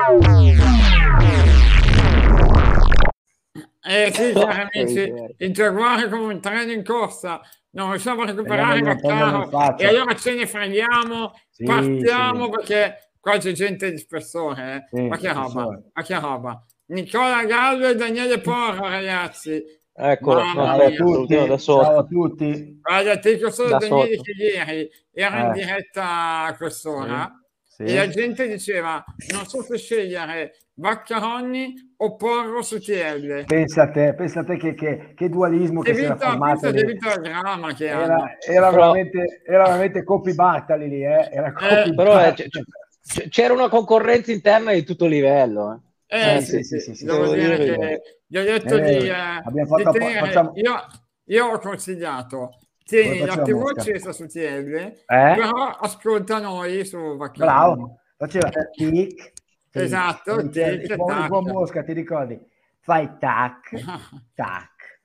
Sì, chiaramente interrogare come un treno in corsa, non riusciamo a recuperare Andiamo a prenderlo in Vaccaro e faccia. allora ce ne freghiamo, Sì, partiamo sì. perché qua c'è gente di spessore, Sì, ma che roba, spessore. ma che roba. Nicola Gallo e Daniele Porro, ragazzi, Eccolo, mamma Ciao a mia. salutiamo da tutti, ciao a sotto. tutti. Guarda, ti dico solo Da Daniele sotto. che ieri era in Eh, diretta a sì, quest'ora e la sì. gente diceva non so se scegliere Vaccaroni o Porro su TL. Pensa a te che dualismo che si era formato Pensa che lì. vinto il dramma che hanno. Però, Era veramente Coppi Bartali lì, era Coppi Eh, però Bartali. c'era una concorrenza interna di tutto livello. eh Sì, sì, sì, sì, sì, sì, sì, devo Devo sì. dire dire io. che gli ho detto Abbiamo di fatto, tenere, facciamo, io ho consigliato, come tieni la faceva TV Mosca? accesa su TL, Eh? però ascolta noi su Vaccaroni. Bravo, faceva tic, tic. Esatto, tic e Il buon tac. Mosca, ti ricordi? Fai tac, tac,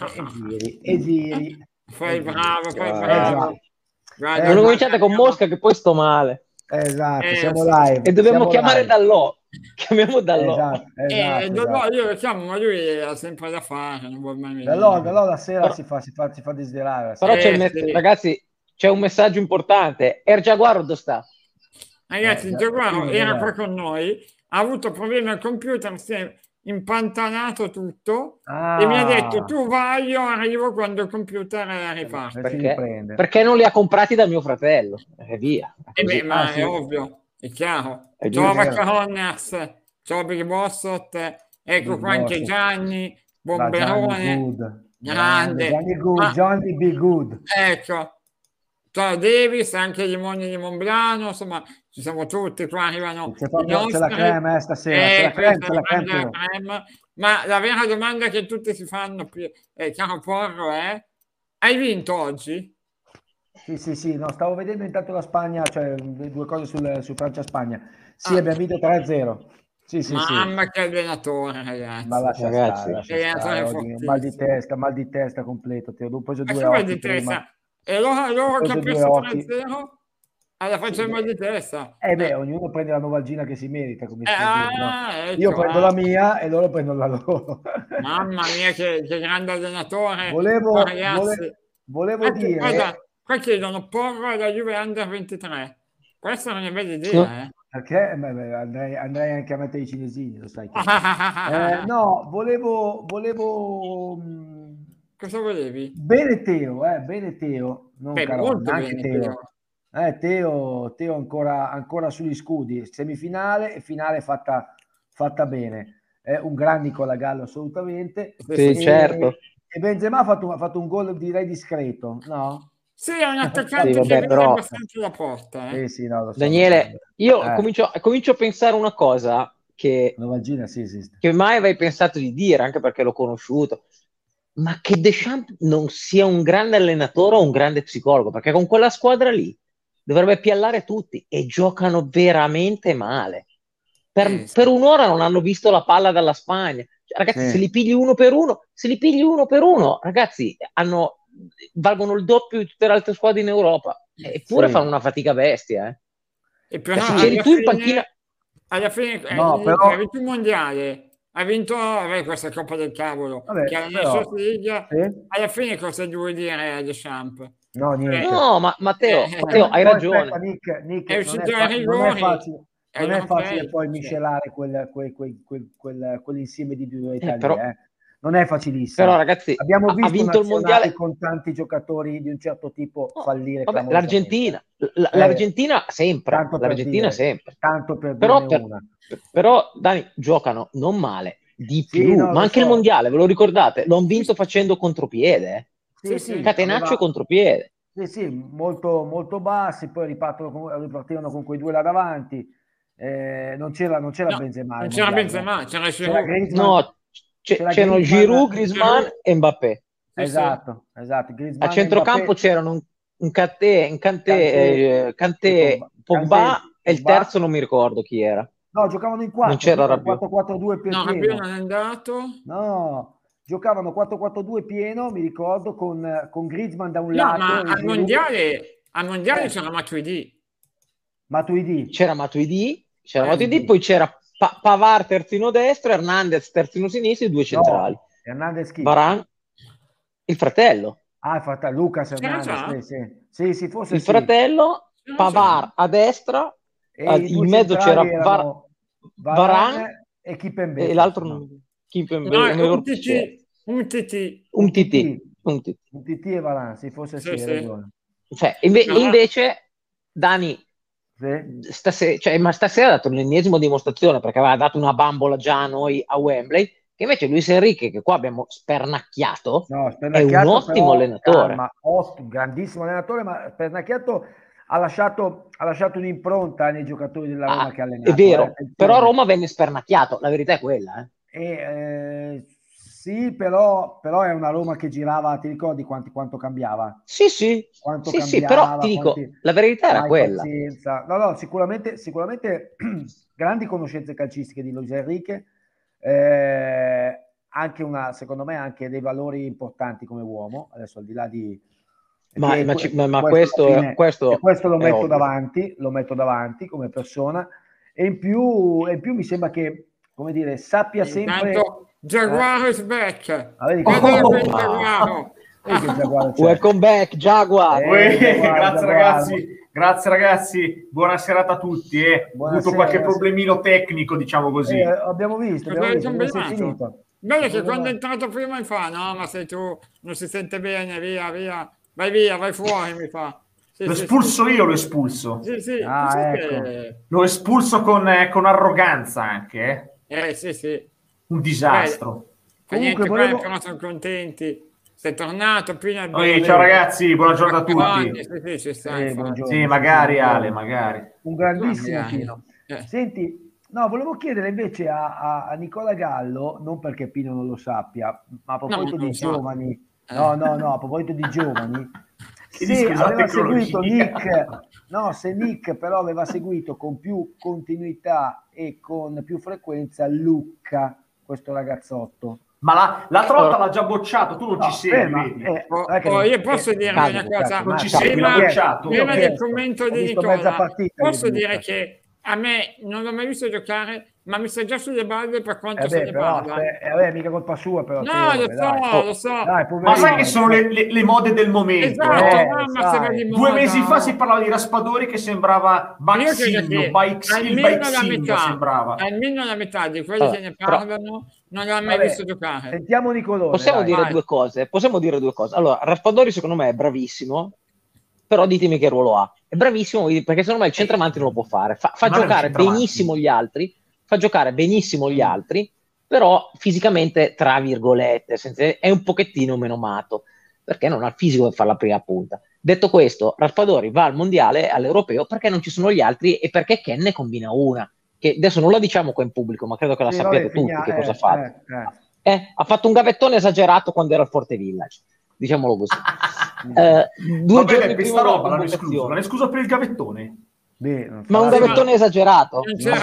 e giri, e Fai giri. bravo, fai Già, bravo. Guarda, Non guarda, cominciate con Mosca che poi sto male. esatto, siamo sì. E live, dobbiamo siamo chiamare live. Dallò. Chiamiamo Dallò. Esatto, esatto, No, no, esatto. io lo chiamo, ma lui ha sempre da fare, non vuol mai Da venire. allora la sera Però, si fa desiderare la però sera. Sì. ragazzi, c'è un messaggio importante. Jaguar dove sta? Ragazzi, il Sì, Giaguaro era qua dov'è? con noi, ha avuto problemi al computer, si è impantanato tutto e mi ha detto Ah, tu vai, io arrivo quando il computer riparte. si Perché? riprende. Perché non li ha comprati da mio fratello. E via, è E beh, così. Ah, ma è sì, ovvio, è chiaro. È Ciao giusto. vero. Vaccaronners, ciao Big Bossot, ecco Big qua anche Boss. Gianni, Da Gianni Bomberone, Good. Grande. grande. Gianni Good. Ma Johnny Be Good. ecco, ciao Davis, anche i Limoni di Monblano, insomma, ci siamo tutti, qua arrivano i C'è la nostri, crema stasera. C'è la crema, questa è c'è la la crema. creme della creme, ma la vera domanda che tutti si fanno, caro Porro, è, hai vinto oggi? Sì, sì, sì. No, stavo vedendo intanto la Spagna, cioè le due cose su Francia-Spagna. Sì, Ah, abbiamo vinto 3-0. Sì, sì, sì. mamma che allenatore, Ma ragazzi, lascia stare, Ragazzi, lascia che stare. allenatore Oggi fortissimo. mal di testa completo. Ti ho preso Ma che due vuoi di occhi prima. testa? E Ho loro che ha preso due perso occhi. 3-0 alla Sì, faccia il mal beh. di testa. Beh, ognuno prende la novalgina che si merita, come si suol dire, no? Io Ecco, prendo la mia e loro prendono la loro. mamma mia, che grande allenatore, ma Volevo, ragazzi. volevo Guarda, dire, qua chiedono Porro alla Juve Under 23. Questa non è una bella no, idea, eh? perché beh, andrei anche a mettere i cinesini, lo sai che. No, volevo Cosa volevi? bene Teo, non Beh, Caronna, molto anche bene, Teo. Teo. Teo ancora sugli scudi, semifinale e finale fatta bene. È un gran Nicola Gallo assolutamente. Sì, sì, sì, sì. certo. E Benzema ha fatto un gol direi discreto, no? Sì, è un Sì, attaccante che vabbè, vede però, abbastanza la porta, eh? Sì, sì, no, lo so, lo so. Daniele, io comincio a pensare una cosa Novalgina sì, esiste. che mai avrei pensato di dire, anche perché l'ho conosciuto, ma che Deschamps non sia un grande allenatore o un grande psicologo, perché con quella squadra lì dovrebbe piallare tutti e giocano veramente male. Per Sì. un'ora non hanno visto la palla dalla Spagna. Cioè, ragazzi, se li Sì, pigli uno per uno, se li pigli uno per uno, ragazzi, valgono il doppio di tutte le altre squadre in Europa. Eppure fanno sì. una fatica bestia, eh. E Cioè, però se c'eri tu in panchina, alla fine, No, ha però, vinto un mondiale, ha vinto questa Coppa del Cavolo, che vabbè, è la Nations però, League, sì? alla fine cosa devo dire a Deschamps? No, Eh, niente. no, ma Matteo, hai Poi aspetta, ragione. Nick, è uscito ai rigori non agli è facile europei. poi Cioè, miscelare quell'insieme di individualità lì, Però, eh. Non è però, facilissimo. ragazzi, Abbiamo ha visto vinto il nazionali mondiale. con tanti giocatori di un certo tipo No, fallire vabbè, clamorosamente. l'Argentina sempre, Tanto per l'Argentina dire, sempre. tanto per dirne Però, una. però, Dani, giocano non male, di Sì, più, no, ma lo anche il so. mondiale, ve lo ricordate? L'ho sì, vinto sì, sì, facendo contropiede, eh. Sì, sì, sì, sì. Catenaccio e contropiede. sì, sì, molto, molto bassi, poi ripartivano con quei due là davanti. Non c'era No, Benzema non al c'era mondiale, no. Benzema, c'era C'era Giroud. Griezmann, No, c'era c'erano Griezmann, Giroud, Griezmann Giroud, e Mbappé. sì, sì. esatto, A Griezmann e centrocampo Mbappé, c'erano Kanté, e Kanté, Pogba e il Pogba. terzo non mi ricordo chi era. No, giocavano in Non 4, c'era mica un Rabiot. 4-4-2 No, Rabiot non pieno. è andato. No, giocavano 4-4-2 pieno, mi ricordo, con Griezmann da un No, ma lato e Giroud. al mondiale Eh, c'era Matuidi. Matuidi. C'era Matuidi, Matuidi. poi c'era Pavard terzino destro, Hernandez terzino sinistro e due centrali. No, Hernandez chi? Varane, il fratello. Ah, il fratello Lucas C'era già? Hernandez, sì, forse Il sì. fratello, C'era Pavard già? a destra, E i due in mezzo c'era centrali erano Varane e Kimpembe, e l'altro forse, no? non Kimpembe, No, non mi ricordo chi c'era. un TT. Un TT. Un TT e Varane, sì, forse sì, Sì, hai sì. ragione. Cioè, No. invece Dani Sì? stasera ha dato l'ennesima dimostrazione, perché aveva dato una bambola già a noi a Wembley, che invece Luis Enrique, che qua abbiamo spernacchiato, No, è un Spernacchiato ottimo però, allenatore. calma, grandissimo allenatore, ma Spernacchiato ha lasciato un'impronta nei giocatori della Roma che ha È allenato. vero, Attenzione. però Roma venne spernacchiato, la verità è quella. Sì, però è una Roma che girava, ti ricordi quanto cambiava? Sì, Quanto però cambiava, ti dico, la verità era mai quella. pazienza. No, sicuramente grandi conoscenze calcistiche di Luis Enrique, anche secondo me anche dei valori importanti come uomo, adesso al di là di... Ma questo, alla fine, questo questo è ovvio. lo metto davanti come persona, e in più mi sembra che, come dire, sappia sempre... Intanto Jaguar is back. vedi Guardate il Jaguaro. vedi che il Jaguaro c'è. Welcome back, Jaguar. Grazie ragazzi, buona serata a tutti. Ho avuto qualche problemino tecnico, diciamo così. Abbiamo visto dove sei finito. Bello che quando è entrato prima mi fa, no, ma sei tu, non si sente bene, via, vai fuori, mi fa. L'ho espulso io, l'ho espulso. Sì, ecco. L'ho espulso con arroganza anche. Sì. Un disastro. Comunque, però sono contenti. Sei tornato appena. Ciao ragazzi, buona giornata a tutti. Sì, magari Ale, magari. Un grandissimo Pino. Senti, no, volevo chiedere invece a Nicola Gallo, non perché Pino non lo sappia, ma a proposito di giovani, a proposito di giovani, se aveva seguito se Nick però aveva seguito con più continuità e con più frequenza Lucca, questo ragazzotto. Ma l'altra volta l'ha già bocciato, tu non ci segui. Io posso dire una cosa, non ci segui, l'ha bocciato. Prima del commento di Nicola, posso dire di che a me non l'ho mai visto giocare, ma mi sta già sulle balle per quanto se ne però, parla. mica colpa sua, però. No, lo so. Dai, ma sai che sono le mode del momento? Esatto, 2 mesi fa si parlava di Raspadori che sembrava Baxino, sembrava. Almeno la metà di quelli che ne parlano non l'ha mai visto giocare. Sentiamo Nicolone. Possiamo dire due cose. Allora, Raspadori secondo me è bravissimo, però ditemi che ruolo ha. È bravissimo perché secondo me il centravanti non lo può fare. Fa giocare benissimo gli altri, però fisicamente, tra virgolette, è un pochettino menomato, perché non ha il fisico per fare la prima punta. Detto questo, Raspadori va al mondiale, all'europeo, perché non ci sono gli altri e perché Ken ne combina una, che adesso non la diciamo qua in pubblico, ma credo che la sappiate tutti che cosa ha fatto. Ha fatto un gavettone esagerato quando era al Forte Village, diciamolo così. 2 giorni prima roba l'hanno escluso per il gavettone. Ma un gavettone esagerato.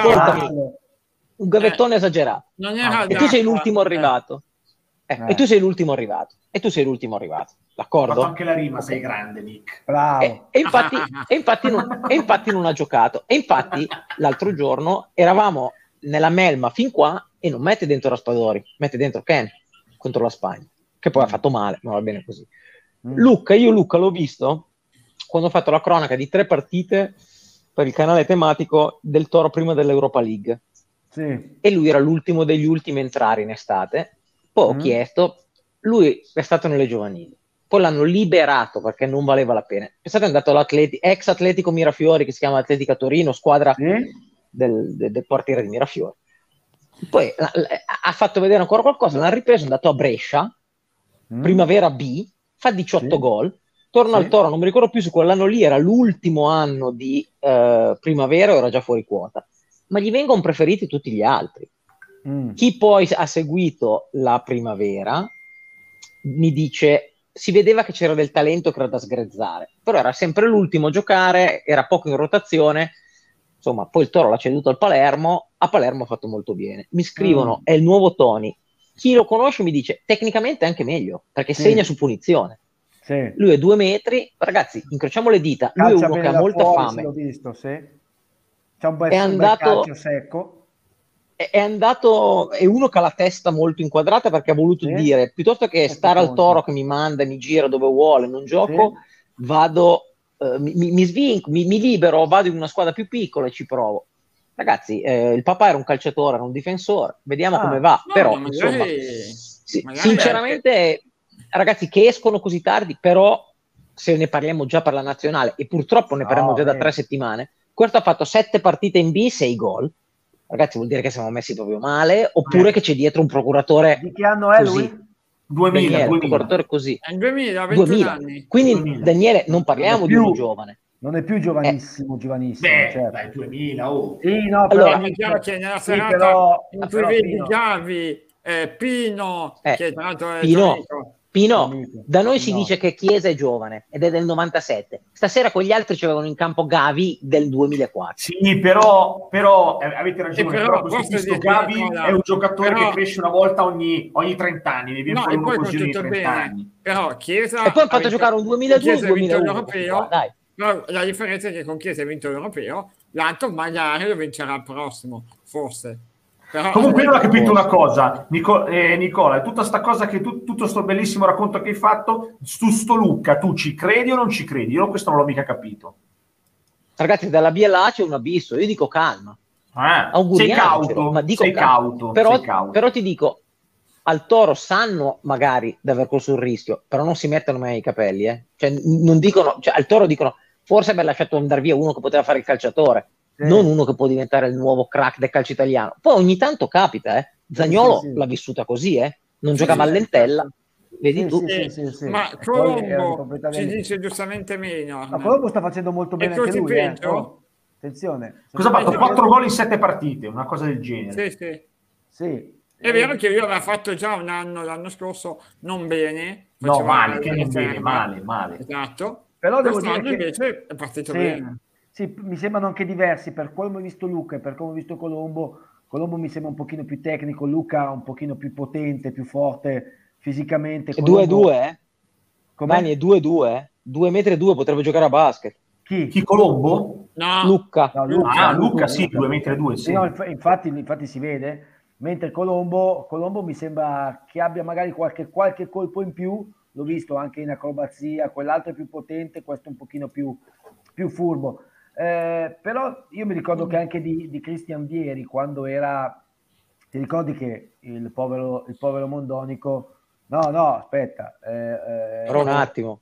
Un gavettone esagerato. E tu sei l'ultimo arrivato. E tu sei l'ultimo arrivato. D'accordo? Ha fatto anche la rima, sei grande, Nick. Bravo. E infatti non ha giocato. E infatti l'altro giorno eravamo nella melma fin qua e non mette dentro Raspadori, mette dentro Ken contro la Spagna, che poi ha fatto male, ma va bene così. Lucca l'ho visto quando ho fatto la cronaca di 3 partite per il canale tematico del Toro prima dell'Europa League. Sì. E lui era l'ultimo degli ultimi a entrare in estate. Poi ho chiesto, lui è stato nelle giovanili, poi l'hanno liberato perché non valeva la pena. È stato andato ex Atletico Mirafiori, che si chiama Atletica Torino, squadra del portiere di Mirafiori. Poi ha fatto vedere ancora qualcosa, l'ha ripreso, è andato a Brescia, Primavera B, fa 18 gol, torna al Toro, non mi ricordo più se quell'anno lì era l'ultimo anno di Primavera o era già fuori quota, ma gli vengono preferiti tutti gli altri. Chi poi ha seguito la Primavera mi dice si vedeva che c'era del talento che era da sgrezzare, però era sempre l'ultimo a giocare, era poco in rotazione. Insomma, poi il Toro l'ha ceduto al Palermo, a Palermo ha fatto molto bene. Mi scrivono, è il nuovo Toni. Chi lo conosce mi dice, tecnicamente è anche meglio, perché segna su punizione. Sì. Lui è 2 metri, ragazzi, incrociamo le dita, lui è uno che ha molta fame. L'ho visto, sì. C'è un bel è andato calcio secco. è andato, è uno che ha la testa molto inquadrata, perché ha voluto dire, piuttosto che stare al toro che mi manda, mi gira dove vuole, non gioco, vado, mi svinco, mi libero, vado in una squadra più piccola e ci provo. Ragazzi, il papà era un calciatore, era un difensore, vediamo come va. No, però magari, insomma, sinceramente, ragazzi, che escono così tardi, però se ne parliamo già per la nazionale, e purtroppo ne parliamo già da 3 settimane, questo ha fatto 7 partite in B, 6 gol. Ragazzi, vuol dire che siamo messi proprio male, oppure che c'è dietro un procuratore. Di che anno è così. lui? 2000, Daniele, 2000. un procuratore così. È 2000, 21 anni. Quindi 2000. Daniele, non parliamo di uno giovane. Non è più giovanissimo, giovanissimo. Beh, certo. dai, 2000, oh. Sì, no, Allora, è chiaro che nella serata però, in cui vedi Gavi, Pino, che tra l'altro è Pino, da noi si dice che Chiesa è giovane ed è del 97. Stasera con gli altri c'avevano in campo Gavi del 2004. Sì, però avete ragione, però questo Gavi è un giocatore che cresce una volta ogni 30 anni, ne viene fuori uno così ogni 30 anni. Però Chiesa e poi ha fatto giocare un 2002-2001 l'europeo, dai. Però la differenza è che con Chiesa ha vinto l'europeo, l'altro magari lo vincerà il prossimo, forse. Però, comunque io non ho capito una cosa, Nicola, tutta sta cosa che tutto sto bellissimo racconto che hai fatto su sto Lucca, tu ci credi o non ci credi? Io questo non l'ho mica capito. Ragazzi, dalla B alla A c'è un abisso, io dico calma. Sei cauto, ma dico sei cauto. Però ti dico, al Toro sanno magari di aver corso un rischio, però non si mettono mai i capelli, Cioè, non dicono, cioè, al Toro dicono, forse aver lasciato andare via uno che poteva fare il calciatore, non uno che può diventare il nuovo crack del calcio italiano. Poi ogni tanto capita, Zaniolo l'ha vissuta così, non giocava all'entella. Vedi tu? Ma Colombo ci dice giustamente meno. Ma Colombo sta facendo molto bene anche lui. Attenzione. Cosa ha fatto? 4 gol in 7 partite, una cosa del genere. Sì. È vero che io avevo fatto già un anno l'anno scorso non bene. No, male, che non bene, male. Esatto. Però devo dire che invece è partito bene. Sì, mi sembrano anche diversi, per come ho visto Luca e per come ho visto Colombo mi sembra un pochino più tecnico, Luca un pochino più potente, più forte fisicamente. È 2-2, Dani è 2-2, 2 metri e 2, potrebbe giocare a basket. Chi Colombo? No. Luca. No, Luca sì, 2 metri e 2, sì. No, infatti si vede, mentre Colombo mi sembra che abbia magari qualche colpo in più, l'ho visto anche in acrobazia, quell'altro è più potente, questo un pochino più furbo. Però io mi ricordo che anche di Christian Vieri, quando era, ti ricordi che il povero Mondonico, no aspetta, però un attimo,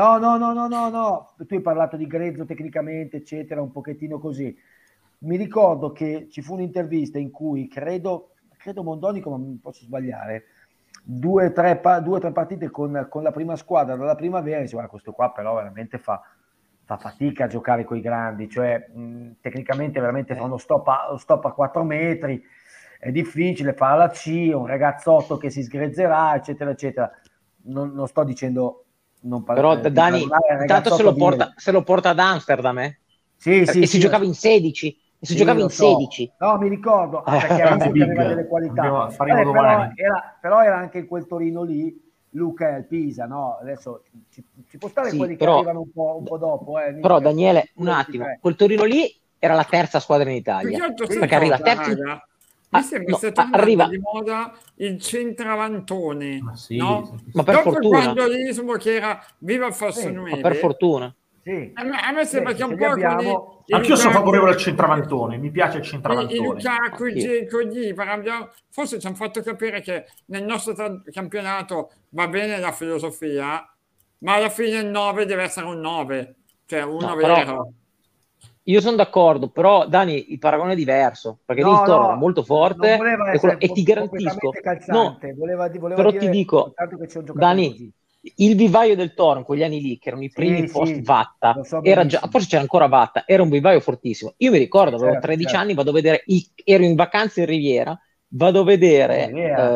no, tu hai parlato di grezzo tecnicamente eccetera, un pochettino così. Mi ricordo che ci fu un'intervista in cui credo Mondonico, ma mi posso sbagliare, 2 o 3 partite con la prima squadra dalla primavera, dice, guarda, questo qua però veramente fa fatica a giocare con i grandi, cioè tecnicamente veramente fa uno stop a 4 metri, è difficile fare la C, un ragazzotto che si sgrezzerà, eccetera, eccetera. Non sto dicendo... Però Dani, intanto se lo porta ad Amsterdam, Sì, si giocava in 16, giocava in 16. No, mi ricordo, perché aveva delle qualità. Però era anche in quel Torino lì, Luca è al Pisa, no? Adesso ci può stare quelli che arrivano un po' dopo. Però Daniele, un attimo, quel Torino lì era la terza squadra in Italia. Perché arriva terza... Mi sembra sia tornato di moda il centravantone, no? Ma per dopo fortuna. Il guardiolismo che era viva il falso 9. Ma per fortuna. Sì. A me sembra che un po' anch'io sono favorevole al centravantone, mi piace il centravantone. I Lukaku, il Dzeko, forse ci hanno fatto capire che nel nostro campionato va bene la filosofia, ma alla fine il 9 deve essere un 9, cioè uno vero. Però, io sono d'accordo, però Dani, il paragone è diverso, perché lì il Toro era molto forte e ti garantisco. Però ti dico, Dani, così. Il vivaio del Toro in quegli anni lì, che erano i primi post Vatta, era già, forse c'era ancora Vatta, era un vivaio fortissimo. Io mi ricordo, avevo 13 anni, vado a vedere, ero in vacanza in Riviera, vado a vedere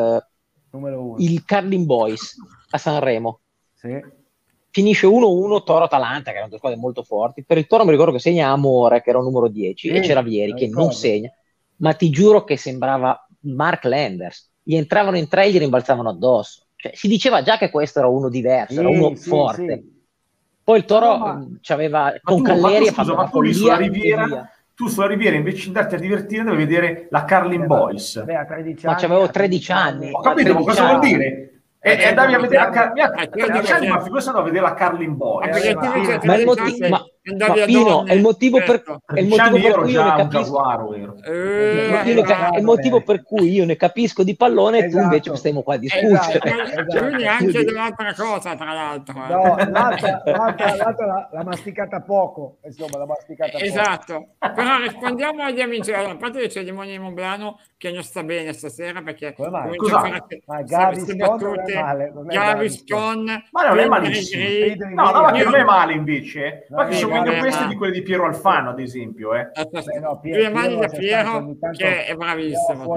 il Carlin Boys a Sanremo. Sì. Finisce 1-1 Toro-Atalanta, che erano 2 squadre molto forti. Per il Toro mi ricordo che segna Amore, che era un numero 10, e c'era Vieri che non segna, ma ti giuro che sembrava Mark Landers. Gli entravano in 3 e gli rimbalzavano addosso. Cioè, si diceva già che questo era uno diverso, era uno forte. Poi il Toro c'aveva con Calleri ma tu lì sulla Riviera, tu sulla Riviera invece di andarti a divertire devi vedere la Carlin Boys. Beh, a 13 Ma anni, c'avevo 13 anni. Ho capito, ma cosa vuol dire? E andavi a vedere a 13 anni, ma figurati andavo a vedere la Carlin Boys. Ma il Pino è il motivo per cui io ne capisco. Il motivo per cui io ne capisco di pallone e tu invece stiamo qua a discutere. Quindi anche dell'altra cosa, tra l'altro. No, l'altra l'ha masticata poco, insomma, l'ha masticata poco. Esatto. Però rispondiamo agli amici. Allora, a parte che c'è Limone di Monblano che non sta bene stasera perché comincia a fare queste battute. Gaviscon, ma non è malissimo. No, ma che non è male invece. Ma che sono meglio queste di quelle di Piero Alfano, ad esempio. Più le mani da Piero, che è bravissimo.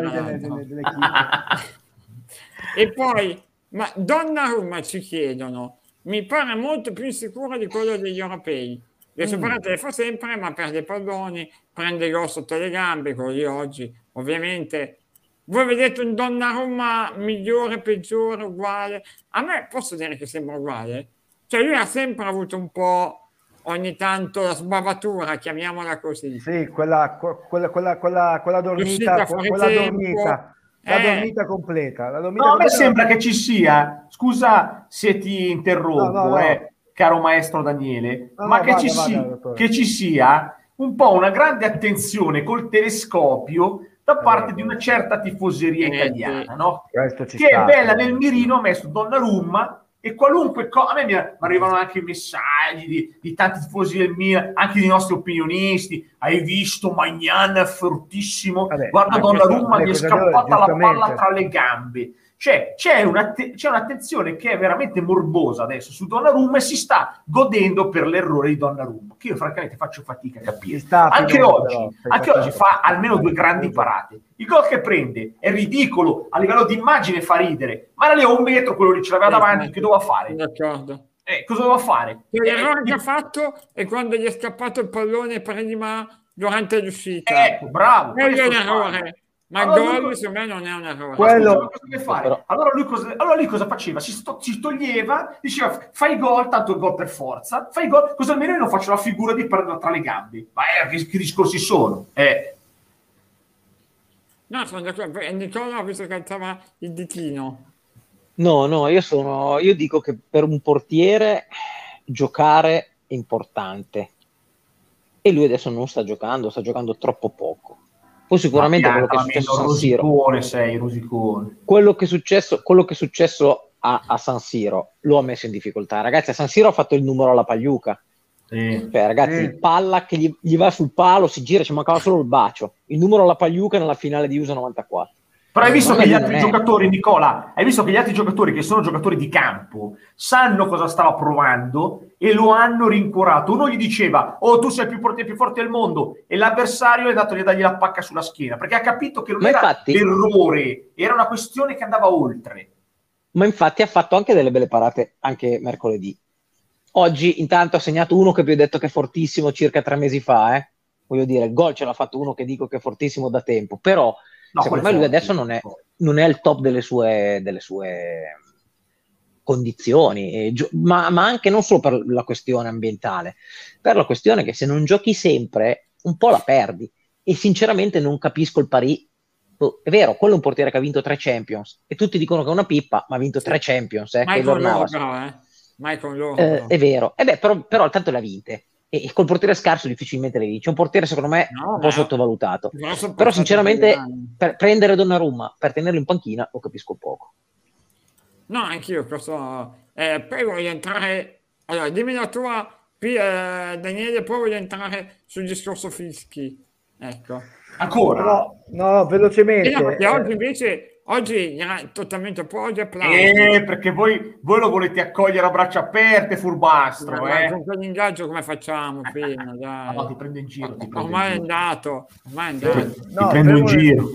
E poi, ma Donnarumma ci chiedono, mi pare molto più insicuro di quello degli europei. Le superate le fa sempre, ma perde i palloni, prende gol sotto le gambe, quello di oggi, ovviamente. Voi vedete un Donnarumma migliore, peggiore, uguale? A me posso dire che sembra uguale? Cioè lui ha sempre avuto un po' ogni tanto la sbavatura, chiamiamola così. Sì, quella dormita, la dormita completa. A me sembra che ci sia, scusa se ti interrompo, caro maestro Daniele, ma che ci sia un po' una grande attenzione col telescopio da parte di una certa tifoseria italiana, no? Che è bella nel mirino, ha messo Donnarumma e qualunque cosa. A me mi arrivano anche messaggi di tanti tifosi del Milan, anche di nostri opinionisti. Hai visto Maignan è fortissimo, guarda Donnarumma, gli è scappata la palla tra le gambe. Cioè, c'è un'attenzione che è veramente morbosa adesso su Donnarumma e si sta godendo per l'errore di Donnarumma, che io francamente faccio fatica a capire. Anche oggi fa almeno 2 grandi parate. Il gol che prende è ridicolo, a livello di immagine fa ridere, ma era lì a 1 metro, quello lì ce l'aveva davanti, che doveva fare? D'accordo. Cosa doveva fare? L'errore che ha fatto è quando gli è scappato il pallone prima durante l'uscita. Bravo. Quello è un errore. Ma il gol secondo me non è un errore. Quello... cosa deve fare? Allora lui cosa faceva? Si toglieva, diceva fai gol, tanto il gol per forza, fai gol, cosa almeno io non faccio la figura di perderla tra le gambe. Ma che discorsi sono? No, sono d'accordo. Nicola ha visto che alzava il ditino. No, io dico che per un portiere giocare è importante. E lui adesso non sta giocando troppo poco. Poi sicuramente quello che è successo a San Siro, rosicone. quello che è successo a San Siro lo ha messo in difficoltà. Ragazzi, a San Siro ha fatto il numero alla Pagliuca. Cioè, ragazzi, palla che gli va sul palo, si gira, ci mancava solo il bacio. Il numero alla Pagliuca nella finale di USA 94. Però hai visto che gli altri giocatori, Nicola, hai visto che gli altri giocatori che sono giocatori di campo sanno cosa stava provando e lo hanno rincuorato. Uno gli diceva, tu sei più forte del mondo, e l'avversario è andato a dargli la pacca sulla schiena, perché ha capito che non era l'errore, era una questione che andava oltre. Ma infatti ha fatto anche delle belle parate anche mercoledì. Oggi intanto ha segnato uno che vi ho detto che è fortissimo circa 3 mesi fa, voglio dire, il gol ce l'ha fatto uno che dico che è fortissimo da tempo, però secondo me lui adesso non è il top delle sue condizioni, ma anche non solo per la questione ambientale, per la questione che se non giochi sempre un po' la perdi, e sinceramente non capisco il Paris. È vero, quello è un portiere che ha vinto 3 Champions e tutti dicono che è una pippa, ma ha vinto 3 Champions. Mai con loro però, mai con loro. È vero, però tanto le ha vinte. E col portiere scarso difficilmente le vince. Un portiere secondo me un po' sottovalutato. Però sinceramente per prendere Donnarumma, per tenerlo in panchina, lo capisco poco. No, anch'io posso. Poi voglio entrare. Allora, dimmi la tua, Daniele, poi voglio entrare sul discorso fischi. Ecco. Ancora? No, velocemente. Perché oggi invece. Oggi era totalmente appoggia, perché voi lo volete accogliere a braccia aperte, furbastro. Con quell'ingaggio come facciamo? Dai. No, ti prendo in giro. Ormai è andato. Ti prendo in giro.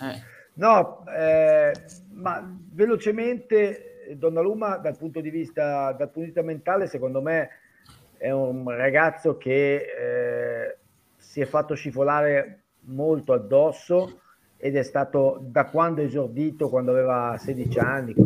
Ma velocemente Donnarumma dal punto di vista mentale, secondo me è un ragazzo che si è fatto scivolare molto addosso, ed è stato, da quando è esordito, quando aveva 16 anni,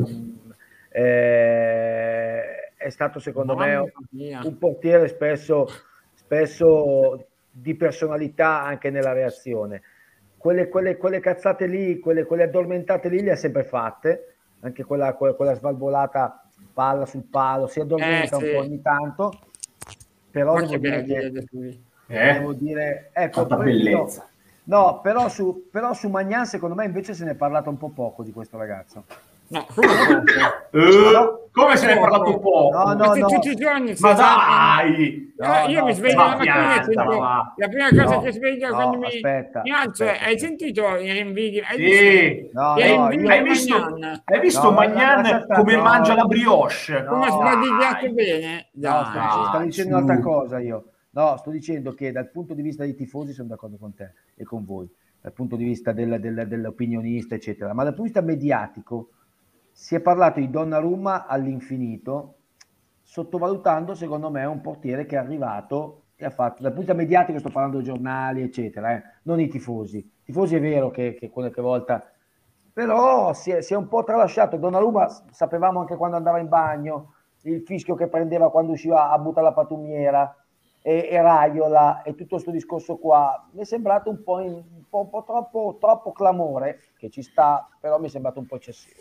è stato secondo me un portiere spesso di personalità anche nella reazione. Quelle cazzate lì, quelle addormentate lì le ha sempre fatte, anche quella svalvolata palla sul palo, si addormenta un po' ogni tanto, però devo dire, ecco, bellezza. No, però su Maignan secondo me invece se ne è parlato un po' poco di questo ragazzo. No, come se ne è parlato poco? No. Tutti i giorni, ma dai! Io mi sveglio la mattina e sento, la prima cosa che sveglio quando mi alzo hai sentito i rinvighi? Hai visto Maignan come mangia la brioche? Come ha sbadigliato bene? Sto dicendo un'altra cosa io. No, sto dicendo che dal punto di vista dei tifosi sono d'accordo con te e con voi, dal punto di vista dell'opinionista, eccetera, ma dal punto di vista mediatico si è parlato di Donnarumma all'infinito, sottovalutando secondo me un portiere che è arrivato e ha fatto, dal punto di vista mediatico sto parlando dei giornali, eccetera, non i tifosi. I tifosi è vero che qualche volta, però si è un po' tralasciato. Donnarumma sapevamo anche quando andava in bagno, il fischio che prendeva quando usciva a buttare la pattumiera, e Raiola e tutto questo discorso qua mi è sembrato un po' troppo clamore, che ci sta, però mi è sembrato un po' eccessivo.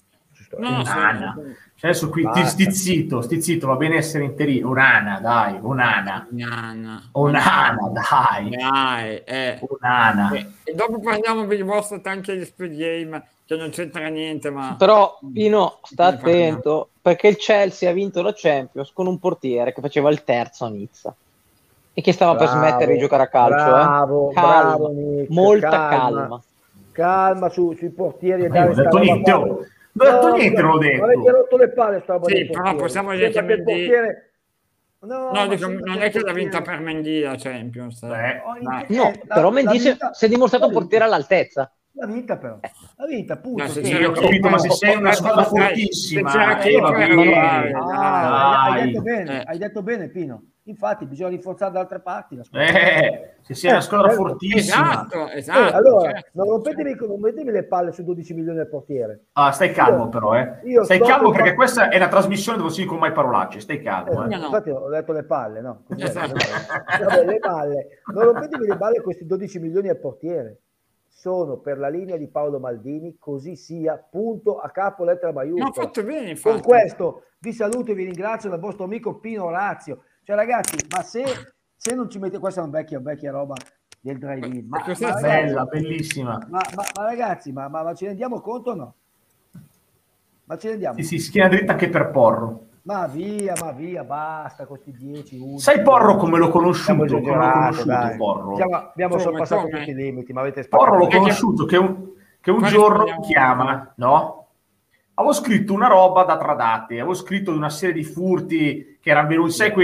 Adesso qui sti zitto, va bene essere interino. Un'ana, dai. Un'ana, dai. E dopo parliamo del vostro anche di Speed Game, che non c'entra niente, ma però Pino sta attento, perché il Chelsea ha vinto la Champions con un portiere che faceva il terzo a Nizza e che stava per smettere di giocare a calcio. Bravo Nick, molta calma sui portieri. Non ho detto niente, non l'ho detto. Avete rotto le palle sta roba. Sì, però possiamo dire che Mendy non è che l'ha vinta per Mendy la Champions. Però Mendy si è dimostrato un portiere all'altezza. L'ha vinta però, appunto. Ho capito, ma se sei una squadra fortissima, hai detto bene Pino. Infatti bisogna rinforzare da altre parti la squadra. Se sei una squadra fortissima. Esatto. Allora, non rompetevi le palle su 12 milioni al portiere. Stai calmo però, stai calmo perché questa è una trasmissione dove si dicono mai parolacce, stai calmo. Infatti ho detto le palle, no? Vabbè, le palle. Non rompetevi le palle questi 12 milioni al portiere. Sono per la linea di Paolo Maldini, così sia, punto, a capo, lettera maiuscola. No, fatto bene, infatti. Con questo vi saluto e vi ringrazio dal vostro amico Pino Orazio. Cioè ragazzi, ma se non ci mette, questa è una vecchia roba del drive-in, ma bella, bellissima. Ma ragazzi, ma ce ne rendiamo conto o no? Ma ce ne rendiamo? Sì, schiena dritta anche per Porro. Ma via, basta con questi 10 11. Sai Porro come l'ho conosciuto? Porro? Abbiamo sorpassato tutti i limiti, ma avete Porro l'ho conosciuto che un giorno mi chiama, no? Avevo scritto una roba da Tradate, avevo scritto di una serie di furti che erano venuti, sai,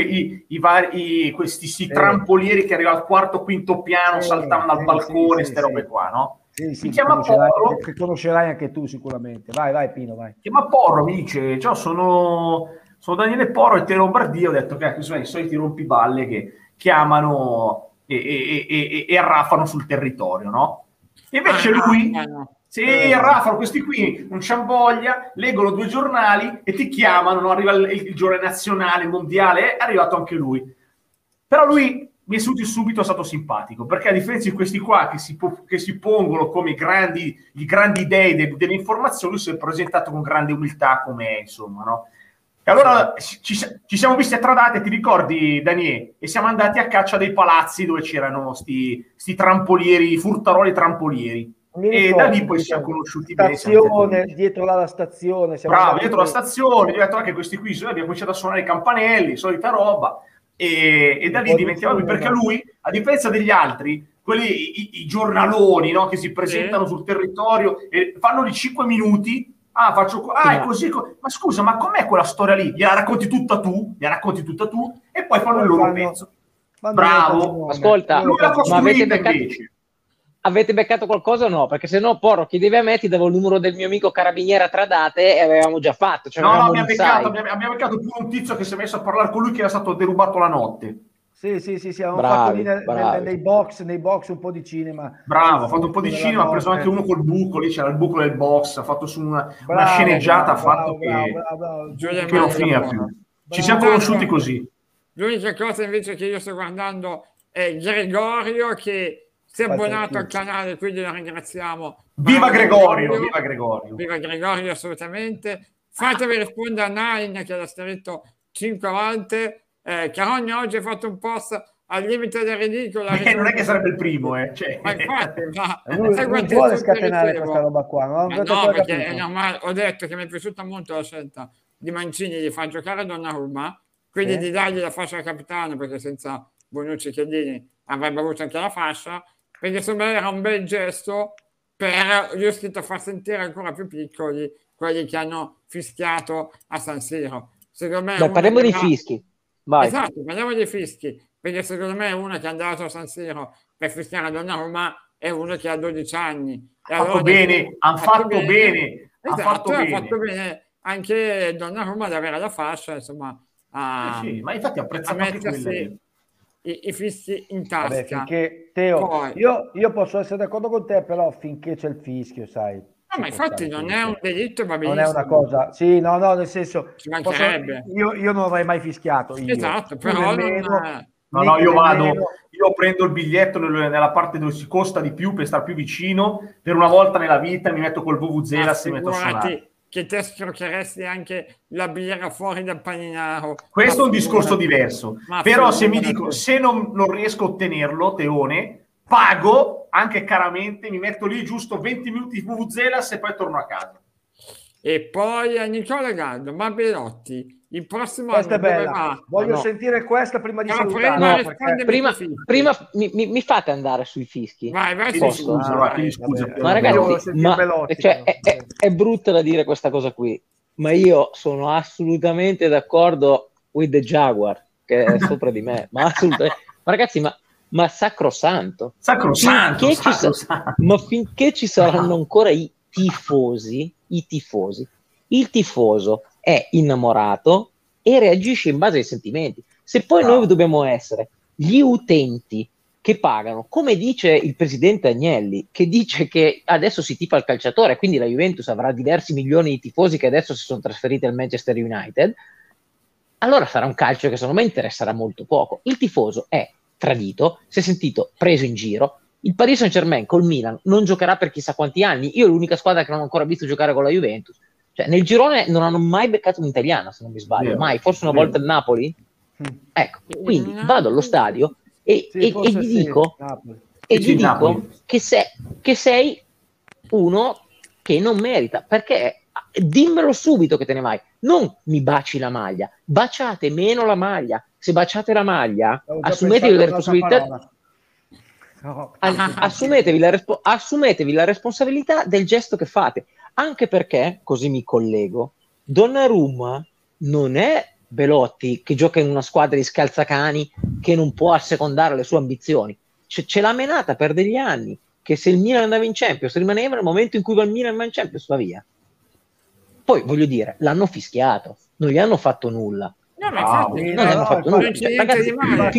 questi trampolieri che arrivano al quarto, quinto piano, saltavano dal balcone, queste robe qua, no? Mi chiama Porro, che conoscerai anche tu sicuramente. Vai Pino, vai. Chiama Porro, mi dice, ciao, sono Daniele Porro e Tele Lombardia. Ho detto che sono i soliti rompiballe che chiamano e arraffano sul territorio, no? E invece lui... Sì, Rafa, questi qui non c'han voglia, leggono 2 giornali e ti chiamano, no? Arriva il giornale nazionale, mondiale, è arrivato anche lui. Però lui mi è subito stato simpatico, perché a differenza di questi qua che si pongono come i grandi dei delle informazioni, lui si è presentato con grande umiltà come insomma, no? E allora ci siamo visti a Tradate, ti ricordi Daniele? E siamo andati a caccia dei palazzi dove c'erano sti trampolieri, furtaroli trampolieri. E da lì poi siamo conosciuti bene. Dietro la stazione. Bravo, dietro la stazione. Ho detto anche questi qui, abbiamo cominciato a suonare i campanelli, solita roba. E da lì diventiamo, perché lui, a differenza degli altri, quelli, i giornaloni, no, che si presentano sul territorio e fanno di 5 minuti. È così. Ma scusa, ma com'è quella storia lì? Gliela racconti tutta tu e poi fanno il loro pezzo. Bravo. Ascolta, lui l'ha costruita invece. Avete beccato qualcosa o no? Perché se no Porro chiedevi a me, ti davo il numero del mio amico carabiniere a Tradate e avevamo già fatto. Cioè abbiamo beccato pure un tizio che si è messo a parlare con lui che era stato derubato la notte. Sì, abbiamo fatto lì nei box un po' di cinema. Bravo, ha fatto un po' di cinema, ha preso anche uno col buco, lì c'era il buco del box, ha fatto su una sceneggiata, che non finiva più. Ci siamo conosciuti così. L'unica cosa invece che io sto guardando Gregorio che si è abbonato al canale, quindi lo ringraziamo. Viva Gregorio, viva Gregorio. Viva Gregorio, assolutamente. Fatevi rispondere a Nine che l'ha scritto 5 volte. Carogna oggi ha fatto un post al limite del ridicolo. Non è che sarebbe il primo, Cioè. Ma infatti, non vuole scatenare questa roba qua. No, perché è normale. Ho detto che mi è piaciuta molto la scelta di Mancini di far giocare Donnarumma, quindi di dargli la fascia da capitano, perché senza Bonucci e Chiellini avrebbe avuto anche la fascia, perché secondo me era un bel gesto per riuscire a far sentire ancora più piccoli quelli che hanno fischiato a San Siro. Secondo me parliamo di fischi. Vai. Esatto, parliamo di fischi, perché secondo me uno che è andato a San Siro per fischiare a Donnarumma è uno che ha 12 anni. Ha fatto bene, hanno fatto bene. Esatto, ha fatto bene anche Donnarumma ad avere la fascia, insomma, sì, ma infatti a mettersi i fischi in tasca. Vabbè, finché, Teo, poi, io posso essere d'accordo con te, però finché c'è il fischio, sai. No, ma infatti non è un delitto, va benissimo. Non è una cosa, sì, no, nel senso, ci mancherebbe. Io non avrei mai fischiato. Esatto, però io prendo il biglietto nella parte dove si costa di più per stare più vicino, per una volta nella vita mi metto col Vuvuzelas e metto a suonare. Che te scroccheresti anche la birra fuori dal paninaro. Questo è un discorso diverso. Però se mi dico, se non riesco a ottenerlo, Teone, pago anche caramente, mi metto lì giusto 20 minuti di Vuvuzelas e poi torno a casa. E poi a Nicola Gallo, ma Belotti, il prossimo questa anno è bella. Va? Voglio sentire questa prima di salutare. Prima mi fate andare sui fischi. Vai, scusa. Ma ragazzi, è brutto da dire questa cosa qui, ma io sono assolutamente d'accordo with the Jaguar, che è sopra di me. Ma ragazzi, ma sacrosanto. Ma finché ci saranno ancora i tifosi, il tifoso è innamorato e reagisce in base ai sentimenti. Se poi noi dobbiamo essere gli utenti che pagano, come dice il presidente Agnelli, che dice che adesso si tifa il calciatore, quindi la Juventus avrà diversi milioni di tifosi che adesso si sono trasferiti al Manchester United, allora sarà un calcio che secondo me interesserà molto poco. Il tifoso è tradito, si è sentito preso in giro. Il Paris Saint-Germain col Milan non giocherà per chissà quanti anni. Io è l'unica squadra che non ho ancora visto giocare con la Juventus. Cioè, nel girone non hanno mai beccato un'italiana, se non mi sbaglio, mai, forse una volta il Napoli. Ecco, quindi vado allo stadio e gli dico che sei uno che non merita, perché dimmelo subito che te ne vai, non mi baci la maglia, baciate meno la maglia. Se baciate la maglia, assumetevi la responsabilità. Assumetevi la responsabilità del gesto che fate, anche perché, così mi collego, Donnarumma non è Belotti che gioca in una squadra di scalzacani che non può assecondare le sue ambizioni. Ce l'ha menata per degli anni, che se il Milan andava in Champions rimaneva, nel momento in cui va il Milan in Champions va via. Poi voglio dire, l'hanno fischiato, non gli hanno fatto nulla. No, ma infatti, non hanno fatto nulla. Ragazzi,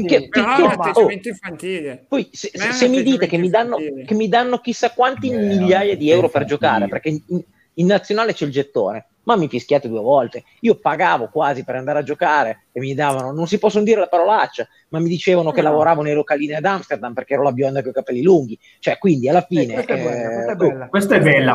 poi se mi dite che mi danno chissà quanti migliaia di euro per giocare, perché in nazionale c'è il gettone, ma mi fischiate 2 volte. Io pagavo quasi per andare a giocare e mi davano, non si possono dire la parolaccia, ma mi dicevano che lavoravo nei localini ad Amsterdam perché ero la bionda con i capelli lunghi. Cioè, quindi alla fine questa è bella.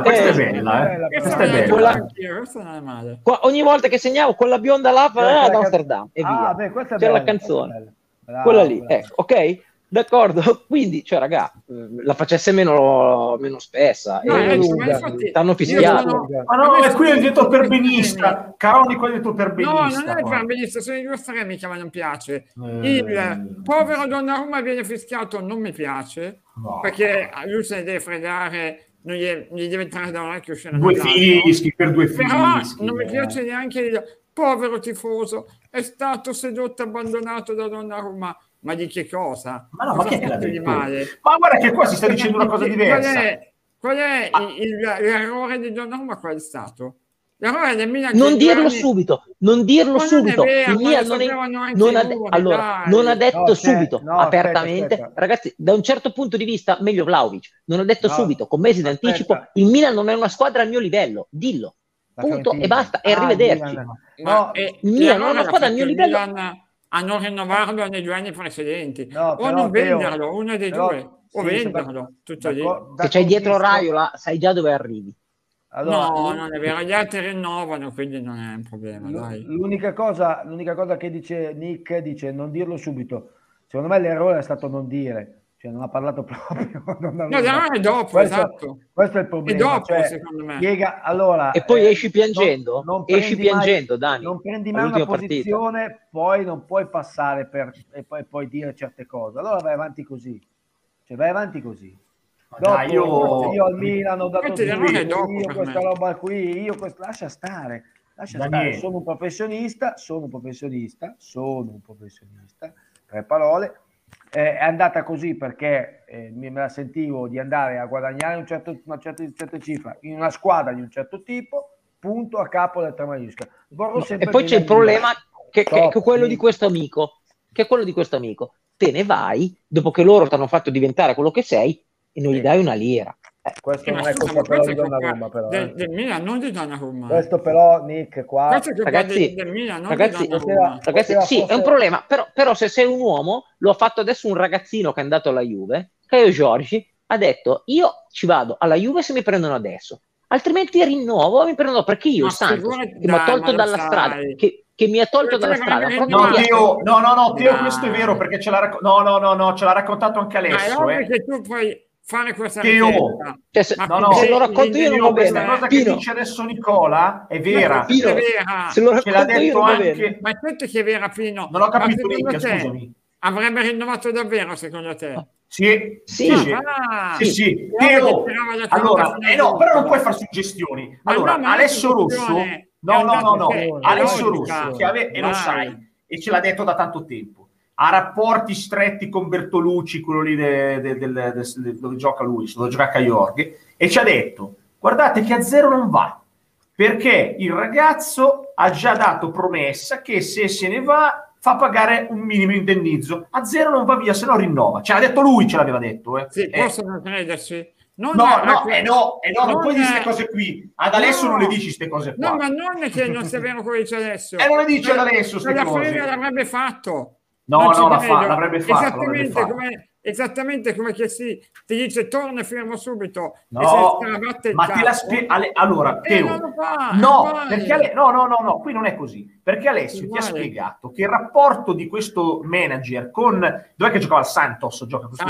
Questa non è male. Ogni volta che segnavo quella bionda là ad Amsterdam e via. C'era la canzone. Quella lì, ecco, ok? D'accordo, quindi, cioè, raga, la facesse meno spessa. T'hanno fischiato. Ma no, è qui il detto per benista. Caronico è detto per benista. No, non è per benista, sono i 2 estremi che a me non piace. Il povero Donnarumma viene fischiato, non mi piace, perché lui se ne deve fregare, non gli deve entrare da un occhio uscire 2 fischi per 2 fischi. Però non mi piace neanche il povero tifoso, è stato sedotto e abbandonato da Donnarumma. Ma di che cosa? Ma no, ma che l'ha detto? Ma guarda che qua si sta dicendo una cosa diversa. Qual è l'errore di Donnarumma? Qual è stato? L'errore del Milan. Non dirlo subito. Il Milan non ha detto subito apertamente. Aspetta. Ragazzi, da un certo punto di vista, meglio Vlahovic. Non ha detto subito, con mesi d'anticipo, il Milan non è una squadra al mio livello. Dillo. Punto e basta. E arrivederci. Il Milan non è una squadra al mio livello. a non rinnovarlo nei 2 anni precedenti, No, o però, non Teo, venderlo, uno dei però, due, o sì, venderlo, tutto lì. Se c'hai dietro Raiola, sai già dove arrivi. Allora, No, non è vero, gli altri rinnovano, quindi non è un problema, dai. l'unica cosa che dice Nick, dice non dirlo subito. Secondo me l'errore è stato non dire, cioè non ha parlato proprio. No, è dopo, questo, esatto. questo è il problema. È dopo, cioè, secondo me. allora, E poi esci piangendo? Esci piangendo, Dani, non prendi mai una posizione, poi non puoi passare e poi dire certe cose. Allora vai avanti così. Cioè vai avanti così. Dopo, io al Milan ho dato io questa roba qui, lascia stare, sono un professionista, 3 parole, è andata così perché me la sentivo di andare a guadagnare una certa cifra in una squadra di un certo tipo, punto, a capo, lettera maiuscola. E poi c'è il problema che è quello di questo amico, te ne vai dopo che loro ti hanno fatto diventare quello che sei e non gli dai una lira. Questo non è colpa però di Donnarumma, però. Del Milan, non di Donnarumma. Questo però, Nick, qua... Ragazzi, del Milan, non ragazzi, di sì, è un problema, però se sei un uomo, lo ha fatto adesso un ragazzino che è andato alla Juve, Caio Giorgi, ha detto, io ci vado alla Juve se mi prendono adesso, altrimenti rinnovo, mi prendono perché io, Santos, che mi ha tolto dalla strada, che mi ha tolto dalla strada. No, Teo, questo è vero perché ce l'ha raccontato anche Alessio. Ma è che tu puoi fare questa richiesta. Se lo racconto io non va bene. Questa cosa che dice adesso Nicola è vera. Se lo racconto io non va bene. Ma certo che è vera, Pino. Non ho capito niente, scusami. Avrebbe rinnovato davvero, secondo te? Sì. Teo, allora, no, però non puoi fare suggestioni. Allora, Alessio Rosso, Alessio Rosso, e lo sai, e ce l'ha detto da tanto tempo, ha rapporti stretti con Bertolucci, quello lì dove gioca lui, dove gioca Cagliorghe, e ci ha detto, guardate che a 0 non va, perché il ragazzo ha già dato promessa che se ne va fa pagare un minimo indennizzo, a 0 non va via, se no rinnova. Ce l'ha detto lui, ce l'aveva detto. Sì, possono credersi. Non puoi dire queste cose qui. Ad Alessio non le dici queste cose qua. No, ma non è che non sia vero quello che dice Alessio. Non le dici ad Alessio queste cose. La l'avrebbe fatto. L'avrebbe fatto. Esattamente come che ti dice torna e fermo subito. No, ma te la allora, Teo, qui non è così, perché Alessio ti ha spiegato che il rapporto di questo manager con, dov'è che giocava il Santos?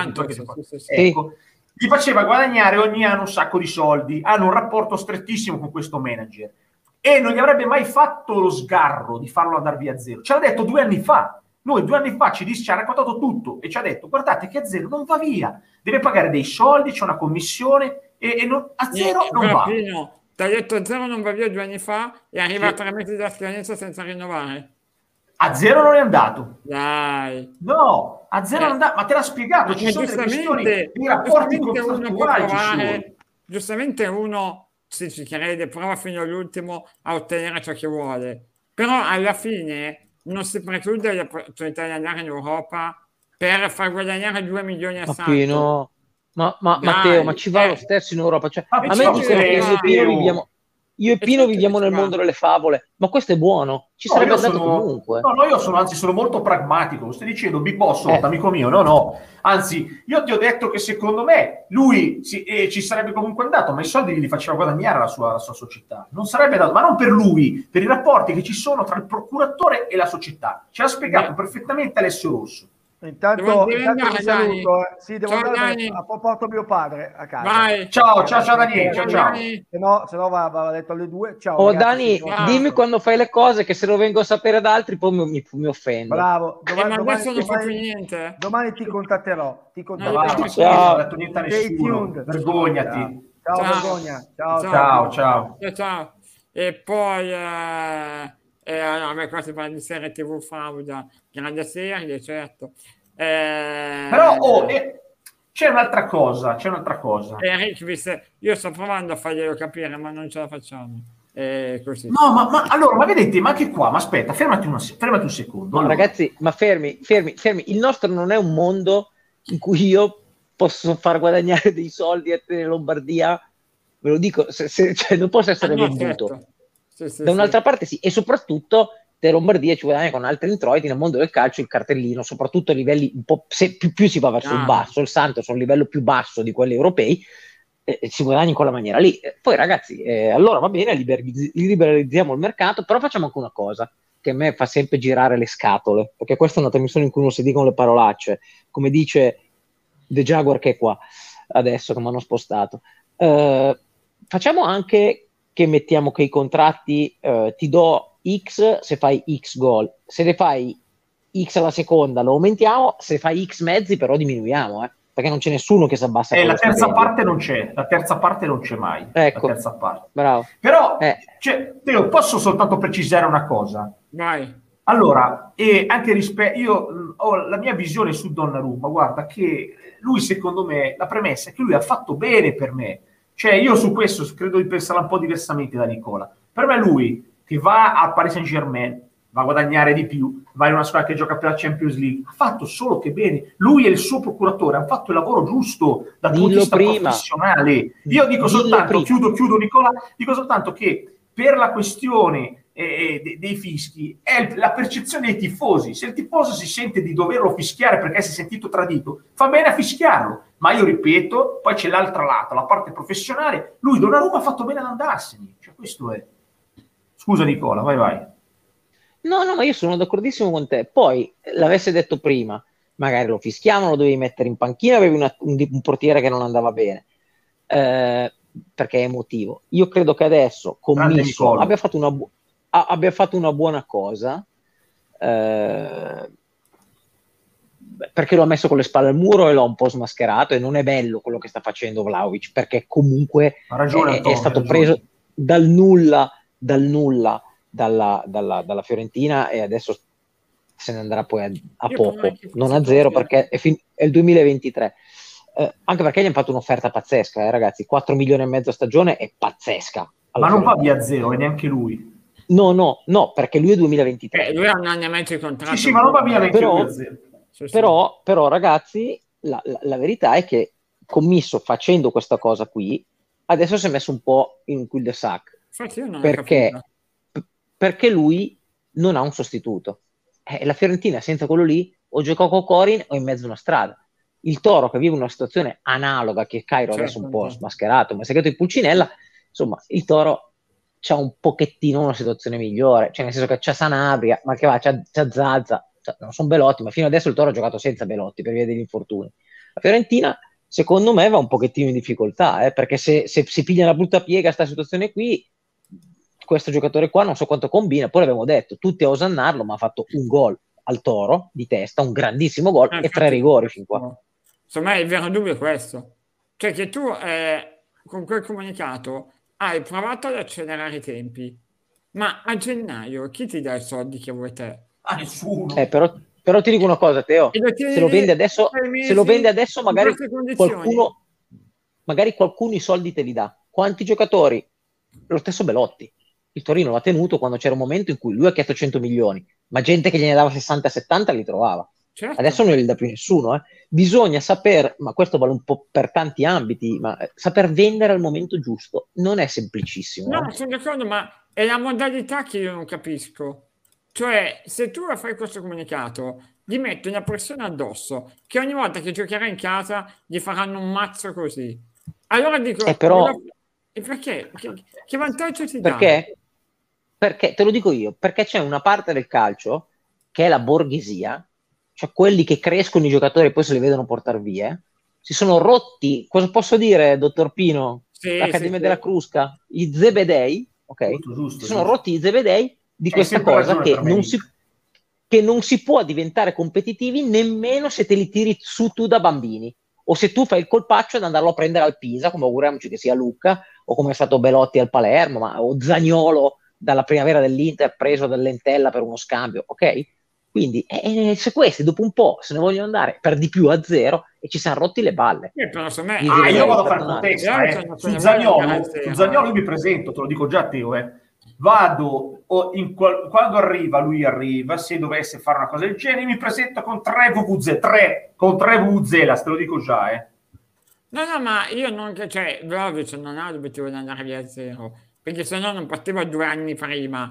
Ecco, gli faceva guadagnare ogni anno un sacco di soldi, hanno un rapporto strettissimo con questo manager e non gli avrebbe mai fatto lo sgarro di farlo andare via a 0. Ce l'ha detto 2 anni fa. Noi 2 anni fa ci ha raccontato tutto e ci ha detto guardate che a 0 non va via, deve pagare dei soldi, c'è una commissione e a 0 non va. Ti ha detto a 0 non va via 2 anni fa e arriva a 3 mesi da scadenza senza rinnovare. A 0 non è andato. Dai. No, a 0 non è andato, ma te l'ha spiegato, ci sono delle questioni di rapporti contrattuali. Giustamente uno, se ci crede, prova fino all'ultimo a ottenere ciò che vuole. Però alla fine non si preclude l'opportunità di andare in Europa per far guadagnare 2 milioni a Santos. Ma Matteo, ma ci va lo stesso in Europa? Cioè, a me dicono che io e Pino viviamo nel mondo delle favole, ma questo è buono, ci sarebbe andato comunque. Io sono molto pragmatico, stai dicendo Bippo, amico mio, no, anzi, io ti ho detto che secondo me lui ci sarebbe comunque andato, ma i soldi li faceva guadagnare la sua società, non sarebbe andato, ma non per lui, per i rapporti che ci sono tra il procuratore e la società, ci ha spiegato perfettamente Alessio Rosso. Intanto vi saluto. Sì, devo andare a porto mio padre a casa. Vai. Ciao Daniele, ciao. Se no va detto alle 2. Ciao. Ragazzi, Dani, dimmi quando fai le cose, che se lo vengo a sapere da altri poi mi offendo. Bravo. Domani ti contatterò. Ciao. Non ho detto niente a nessuno. Vergognati. Ciao, vergogna. Ciao. E poi qua si parla di serie TV Fauda, grande serie, certo. Però c'è un'altra cosa. Rick, io sto provando a farglielo capire, ma non ce la facciamo. Così. No, ma vedete, ma anche qua, ma aspetta, fermati un secondo. No, allora. Ragazzi, ma fermi. Il nostro non è un mondo in cui io posso far guadagnare dei soldi a te in Lombardia, ve lo dico, cioè, non posso essere venduto. Certo. Da un'altra parte sì, e soprattutto te Lombardia ci guadagna con altri introiti. Nel mondo del calcio il cartellino, soprattutto a livelli un po', se più si va verso il basso, il Santos è un livello più basso di quelli europei, si guadagna in quella maniera lì. Poi ragazzi, allora va bene, liberalizziamo il mercato, però facciamo anche una cosa che a me fa sempre girare le scatole, perché questa è una trasmissione in cui non si dicono le parolacce, come dice The Jaguar che è qua adesso, che mi hanno spostato. Facciamo anche che mettiamo che i contratti ti do X se fai X gol, se ne fai X alla seconda lo aumentiamo, se fai X mezzi però diminuiamo, perché non c'è nessuno che si abbassa. La terza parte non c'è, la terza parte non c'è mai. Ecco, la terza parte. Bravo. Però, Teo, posso soltanto precisare una cosa? Vai. Allora, e anche io ho la mia visione su Donnarumma, guarda che lui secondo me, la premessa è che lui ha fatto bene per me. Cioè io su questo credo di pensare un po' diversamente da Nicola. Per me lui che va al Paris Saint-Germain, va a guadagnare di più, va in una squadra che gioca per la Champions League, ha fatto solo che bene. Lui e il suo procuratore hanno fatto il lavoro giusto dal punto di vista professionale. Io dico soltanto, chiudo Nicola, dico soltanto che per la questione dei fischi è la percezione dei tifosi. Se il tifoso si sente di doverlo fischiare perché si è sentito tradito, fa bene a fischiarlo, ma io ripeto, poi c'è l'altro lato, la parte professionale. Lui Donnarumma ha fatto bene ad andarsene, cioè questo è. Scusa Nicola, vai. No, ma io sono d'accordissimo con te. Poi l'avesse detto prima, magari lo fischiamo, lo dovevi mettere in panchina, avevi un portiere che non andava bene, perché è emotivo. io credo che adesso Commisso abbia fatto una buona cosa, perché lo ha messo con le spalle al muro e l'ha un po' smascherato, e non è bello quello che sta facendo Vlahovic, perché comunque è stato preso dal nulla dalla Fiorentina, e adesso se ne andrà poi a poco, non a zero, perché è il 2023. Anche perché gli hanno fatto un'offerta pazzesca, ragazzi, 4 milioni e mezzo a stagione è pazzesca. Ma non va via a zero, e neanche lui. No, perché lui è 2023. Lui ha un anno e mezzo di contratto. Sì, ma non va via neanche lui a zero. Però ragazzi, la verità è che Commisso, facendo questa cosa qui, adesso si è messo un po' in cul de sac, perché lui non ha un sostituto. La Fiorentina senza quello lì o gioca con Corin o in mezzo a una strada. Il Toro, che vive una situazione analoga, che Cairo adesso un po' smascherato, ma è segreto di Pulcinella, insomma il Toro c'ha un pochettino una situazione migliore, cioè nel senso che c'ha Sanabria, ma che va, c'ha Zaza, non sono Belotti, ma fino adesso il Toro ha giocato senza Belotti per via degli infortuni. La Fiorentina secondo me va un pochettino in difficoltà, perché se si piglia una brutta piega sta situazione qui, questo giocatore qua non so quanto combina. Poi l'abbiamo detto, tutti a osannarlo, ma ha fatto un gol al Toro di testa, un grandissimo gol, e 3 rigori fin qua. Insomma il vero dubbio è questo, cioè che tu con quel comunicato hai provato ad accelerare i tempi, ma a gennaio chi ti dà i soldi che vuoi te? A nessuno. Però ti dico una cosa, Teo, se lo vende adesso magari qualcuno i soldi te li dà. Quanti giocatori? Lo stesso Belotti. Il Torino l'ha tenuto quando c'era un momento in cui lui ha chiesto 100 milioni, ma gente che gliene dava 60-70 li trovava. Certo. Adesso non gli dà più nessuno. Bisogna saper, ma questo vale un po' per tanti ambiti, ma saper vendere al momento giusto non è semplicissimo. No, sono d'accordo, ma è la modalità che io non capisco. Cioè, se tu fai questo comunicato, gli metti una persona addosso che ogni volta che giocherà in casa gli faranno un mazzo così. Allora dico, e perché? Che vantaggio ti dà? Perché, te lo dico io, perché c'è una parte del calcio che è la borghesia, cioè quelli che crescono i giocatori e poi se li vedono portare via, si sono rotti, cosa posso dire, dottor Pino? L'Accademia della Crusca, i zebedei, ok? Si sono rotti i zebedei di questa cosa che non si può diventare competitivi nemmeno se te li tiri su tu da bambini, o se tu fai il colpaccio ad andarlo a prendere al Pisa, come auguriamoci che sia Lucca, o come è stato Belotti al Palermo, o Zaniolo dalla primavera dell'Inter preso dall'Entella per uno scambio, ok? Quindi se questi dopo un po' se ne vogliono andare per di più a zero e ci siamo rotti le balle. Io vado a fare protesta su Zaniolo io mi presento, te lo dico già a Teo, vado quando lui arriva, se dovesse fare una cosa del genere mi presento con 3 VVZela, te lo dico già No, ma io non, Vlahovic non ha l'obiettivo di andare via a zero, perché se no non partiva 2 anni prima.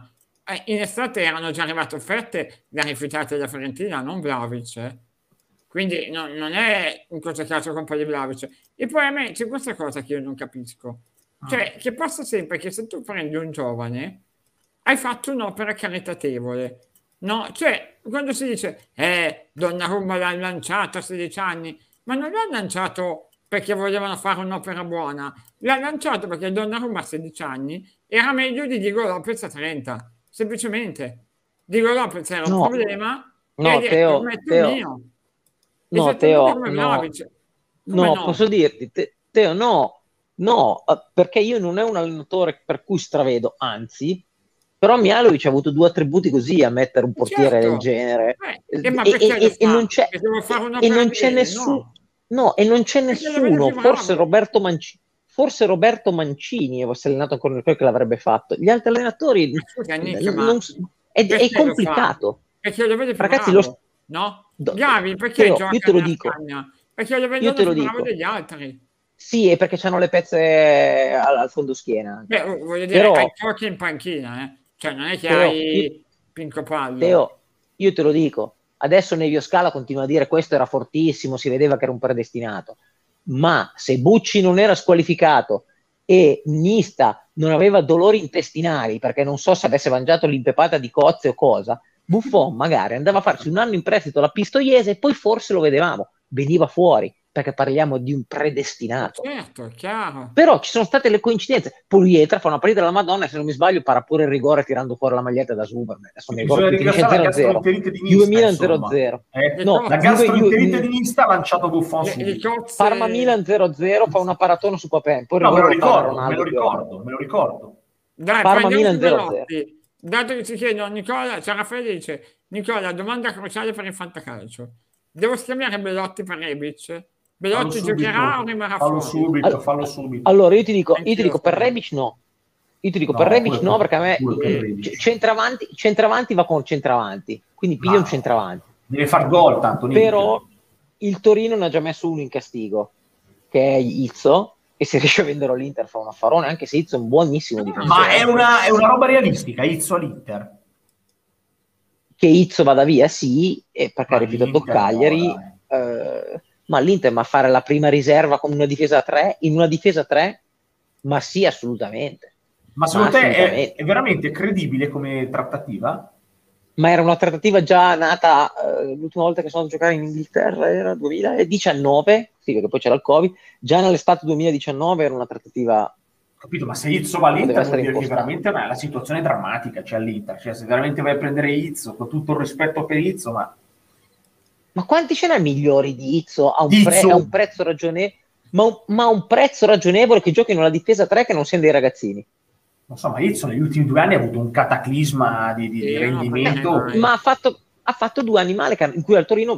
in estate erano già arrivate offerte da rifiutare da Fiorentina, non Vlahovic. Quindi non è in questo caso colpa di Vlahovic. E poi a me c'è questa cosa che io non capisco. Cioè, che passa sempre che se tu prendi un giovane, hai fatto un'opera caritatevole. No? Cioè, quando si dice, Donnarumma l'ha lanciato a 16 anni, ma non l'ha lanciato perché volevano fare un'opera buona, l'ha lanciato perché Donnarumma a 16 anni era meglio di Diego Lopez a 30, semplicemente. Diego Lopez era un problema e ha detto, metto mio. No, Teo, no, posso dirti, Teo, no, perché io non è un allenatore per cui stravedo, anzi, però Mihajlovic ha avuto 2 attributi così a mettere un portiere del genere e non c'è nessuno, no, e non c'è nessuno, forse Roberto Mancini fosse allenato con il che l'avrebbe fatto, gli altri allenatori è complicato, perché lo vede ragazzi, no? Gavi perché gioca io te lo dico, perché lo vedono più bravo degli altri. Sì, è perché hanno le pezze al fondo schiena. Voglio dire, hai giochi in panchina, cioè non è che hai Pinco Pallo. Teo, io te lo dico, adesso Nevio Scala continua a dire questo era fortissimo, si vedeva che era un predestinato, ma se Bucci non era squalificato e Nista non aveva dolori intestinali perché non so se avesse mangiato l'impepata di cozze o cosa, Buffon magari andava a farsi un anno in prestito alla Pistoiese e poi forse lo vedevamo, veniva fuori, perché parliamo di un predestinato. Certo, chiaro. Però ci sono state le coincidenze. Polietra fa una partita della Madonna e se non mi sbaglio para pure il rigore tirando fuori la maglietta da Superman. Adesso mi ricordo che finisce 0-0. Juve Milan 0-0. No, la gastroenterite di Nista ha lanciato Buffon subito. Parma Milan 0-0 fa una paratona su Papin. Poi me lo ricordo. Dai, Parma Milan 0-0. Dato che ci chiedono, Nicola, c'è Raffaele dice, Nicola, domanda cruciale per il fantacalcio. Devo scambiare Belotti per Rebic? Belotti giocherà o rimarrà fuori? Fallo subito. Allora, io ti dico per Rebic no. Io ti dico per Rebic no, perché a me centravanti va con centravanti, quindi piglia un centravanti. Deve far gol tanto. Però il Torino ne ha già messo uno in castigo, che è Izzo, e se riesce a venderlo all'Inter fa un affarone, anche se Izzo è un buonissimo difensore. Ma è una roba realistica, Izzo all'Inter? Che Izzo vada via, sì, perché ha rifiutato Cagliari, ma l'Inter ma fare la prima riserva con una difesa 3, in una difesa 3, ma sì, assolutamente. Ma secondo te è veramente credibile come trattativa? Ma era una trattativa già nata l'ultima volta che sono andato a giocare in Inghilterra era 2019, sì, perché poi c'era il Covid, già nell'estate 2019 era una trattativa. Capito, ma se Izzo va all'Inter vuol dire che veramente la situazione è drammatica, cioè all'Inter, cioè se veramente vai a prendere Izzo, con tutto il rispetto per Izzo, ma quanti ce n'è migliori di Izzo a un prezzo ragionevole, ma un prezzo ragionevole che giochino la difesa 3 che non siano dei ragazzini? Non so, ma Izzo negli ultimi 2 anni ha avuto un cataclisma di rendimento. Ma ha fatto 2 anni male, in cui al Torino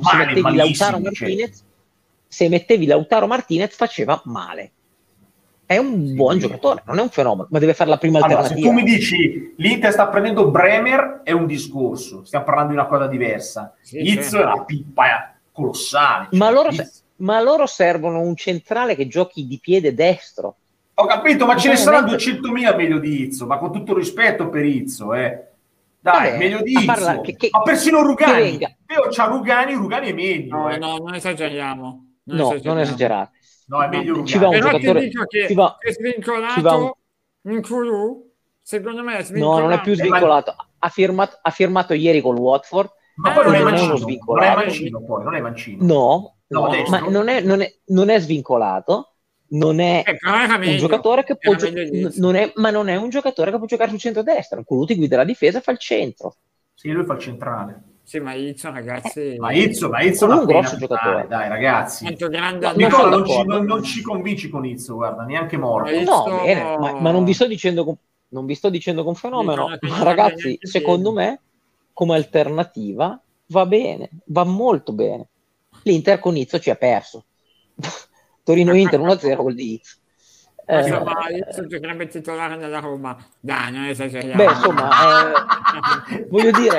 se mettevi Lautaro Martinez faceva male. È un buon giocatore, non è un fenomeno, ma deve fare la prima alternativa. Se tu mi dici l'Inter sta prendendo Bremer è un discorso, stiamo parlando di una cosa diversa. Izzo è una pippa colossale. Ma loro servono un centrale che giochi di piede destro. Ho capito, ma ce ne saranno 200.000 meglio di Izzo, ma con tutto il rispetto per Izzo, Dai, vabbè, meglio di Izzo. Ma persino Rugani. Teo c'ha Rugani è meglio. No, non esageriamo. Non esagerare. No, è meglio ci va un però giocatore. Ti dico che è svincolato in Kulu, secondo me è svincolato. No, non è più svincolato. Ha firmato ieri con Watford. Ma poi non è Mancino. Non è Mancino. No, ma non è svincolato. Non è un giocatore che può non è un giocatore che può giocare sul centro-destra. Il Kulu ti guida la difesa e fa il centro. Sì, lui fa il centrale. Sì, ma Izzo, ragazzi. Ma Izzo è un grosso giocatore. Dai, ragazzi. Nicola, non ci convinci con Izzo, guarda, neanche morto. No, bene, ma non vi sto dicendo con fenomeno. Ma ragazzi, secondo me, come alternativa, va bene, va molto bene. L'Inter con Izzo ci ha perso. Torino-Inter 1-0 col di Izzo. Insomma, Izzo giocherebbe titolare nella Roma. Dai, non esageriamo. Beh, insomma, voglio dire...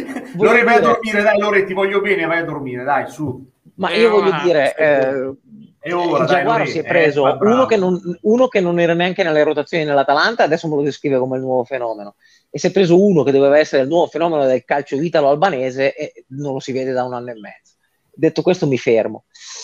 Lore, vai a dormire, dai, Lore, ti voglio bene, vai a dormire, dai, su. Ma io voglio dire, il Giaguaro si è preso uno che non era neanche nelle rotazioni nell'Atalanta, adesso me lo descrive come il nuovo fenomeno, e si è preso uno che doveva essere il nuovo fenomeno del calcio italo-albanese e non lo si vede da 1 anno e mezzo. Detto questo mi fermo.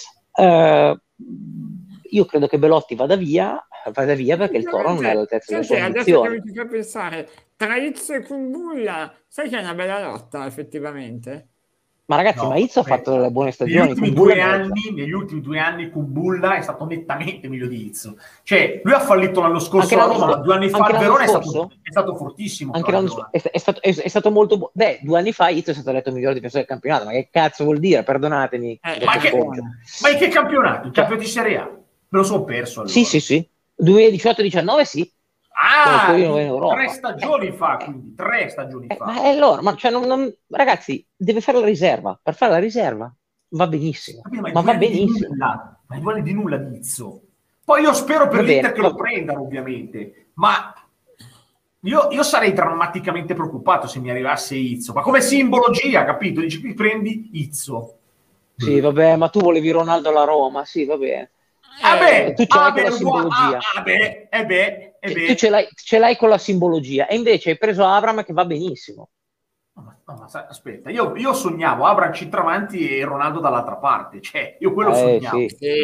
Io credo che Belotti vada via perché il Toro non è all'altezza delle sue ambizioni. Adesso che mi fa pensare, tra Izzo e Kumbulla, sai che è una bella lotta effettivamente? Ma ragazzi, ma Izzo ha fatto delle buone stagioni. Negli ultimi 2 anni Kumbulla è stato nettamente meglio di Izzo. Cioè, lui ha fallito l'anno scorso a Roma, ma 2 anni fa il Verona è stato fortissimo. È stato molto buono. Beh, 2 anni fa Izzo è stato eletto miglior difensore del campionato. Ma che cazzo vuol dire? Perdonatemi. Ma in che campionato? Il campionato di Serie A? Me lo sono perso allora. Sì. 2018-19 sì. 3 stagioni fa, quindi 3 stagioni fa. Ma è allora, ragazzi, deve fare la riserva. Per fare la riserva va benissimo. Ma va benissimo. Ma non vuole di nulla di Izzo. Poi io spero per l'Inter che lo prendano, ovviamente. Ma io sarei drammaticamente preoccupato se mi arrivasse Izzo. Ma come simbologia, capito? Dici, qui prendi Izzo. Sì, vabbè, ma tu volevi Ronaldo alla Roma, sì, vabbè. Tu ce l'hai con la simbologia. Tu ce l'hai con la simbologia, e invece hai preso Avram che va benissimo. Ma aspetta, io sognavo Avram centravanti e Ronaldo dall'altra parte, cioè io quello sognavo.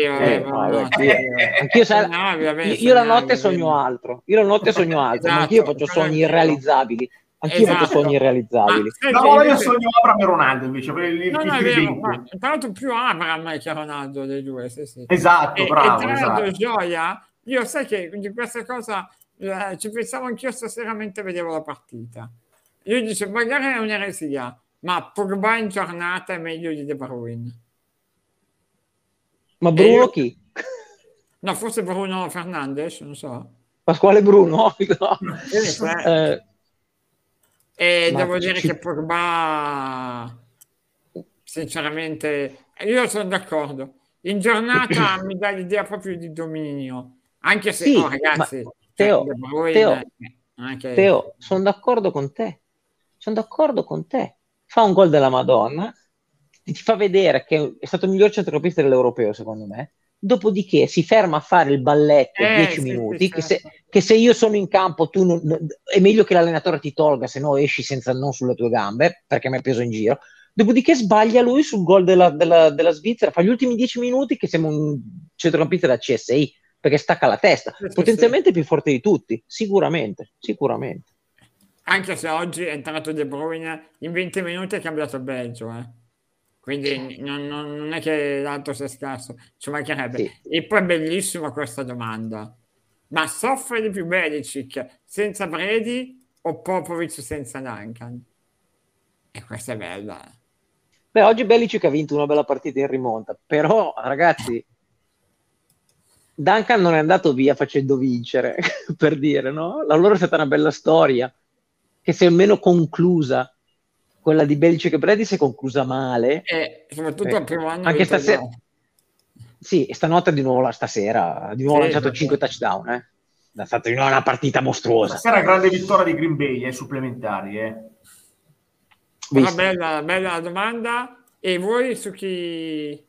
Anch'io la notte sogno altro. Ma anch'io faccio sogni irrealizzabili. Faccio sogni irrealizzabili. No, io sogno Avram e Ronaldo invece. Tra l'altro più Avram che Ronaldo dei due. Sì. Esatto, bravo. E tra l'altro Gioia, io sai che di questa cosa ci pensavo anch'io stasera mentre vedevo la partita. Io dicevo, magari è un'eresia, ma Pogba in giornata è meglio di De Bruyne. Ma Bruno chi? No, forse Bruno Fernandes, non so. Pasquale Bruno? E devo dire che Pogba, sinceramente, io sono d'accordo. In giornata mi dà l'idea proprio di dominio, anche se, ragazzi, Teo, sono d'accordo con te. Fa un gol della Madonna, ti fa vedere che è stato il miglior centrocampista dell'Europeo, secondo me. Dopodiché si ferma a fare il balletto 10 minuti, che se io sono in campo è meglio che l'allenatore ti tolga, se no esci non sulle tue gambe, perché mi ha preso in giro. Dopodiché sbaglia lui sul gol della Svizzera, fa gli ultimi 10 minuti che siamo un centrocampista da CSI, perché stacca la testa, potenzialmente più forte di tutti, sicuramente. Anche se oggi è entrato De Bruyne, in 20 minuti è cambiato il Belgio, quindi non è che l'altro sia scarso, ci mancherebbe. Sì. E poi è bellissima questa domanda: ma soffre di più Belicic senza Brady o Popovic senza Duncan? E questa è bella. Beh, oggi Belicic ha vinto una bella partita in rimonta, però ragazzi, Duncan non è andato via facendo vincere, per dire, no? La loro è stata una bella storia, che si è almeno conclusa. Quella di Belicic e Brady si è conclusa male. Soprattutto al primo anno. Anche stasera. Sì, stanotte di nuovo stasera. Di nuovo lanciato 5 touchdown. È stata di nuovo una partita mostruosa. Stasera grande vittoria di Green Bay, supplementari. Una bella domanda. E voi su chi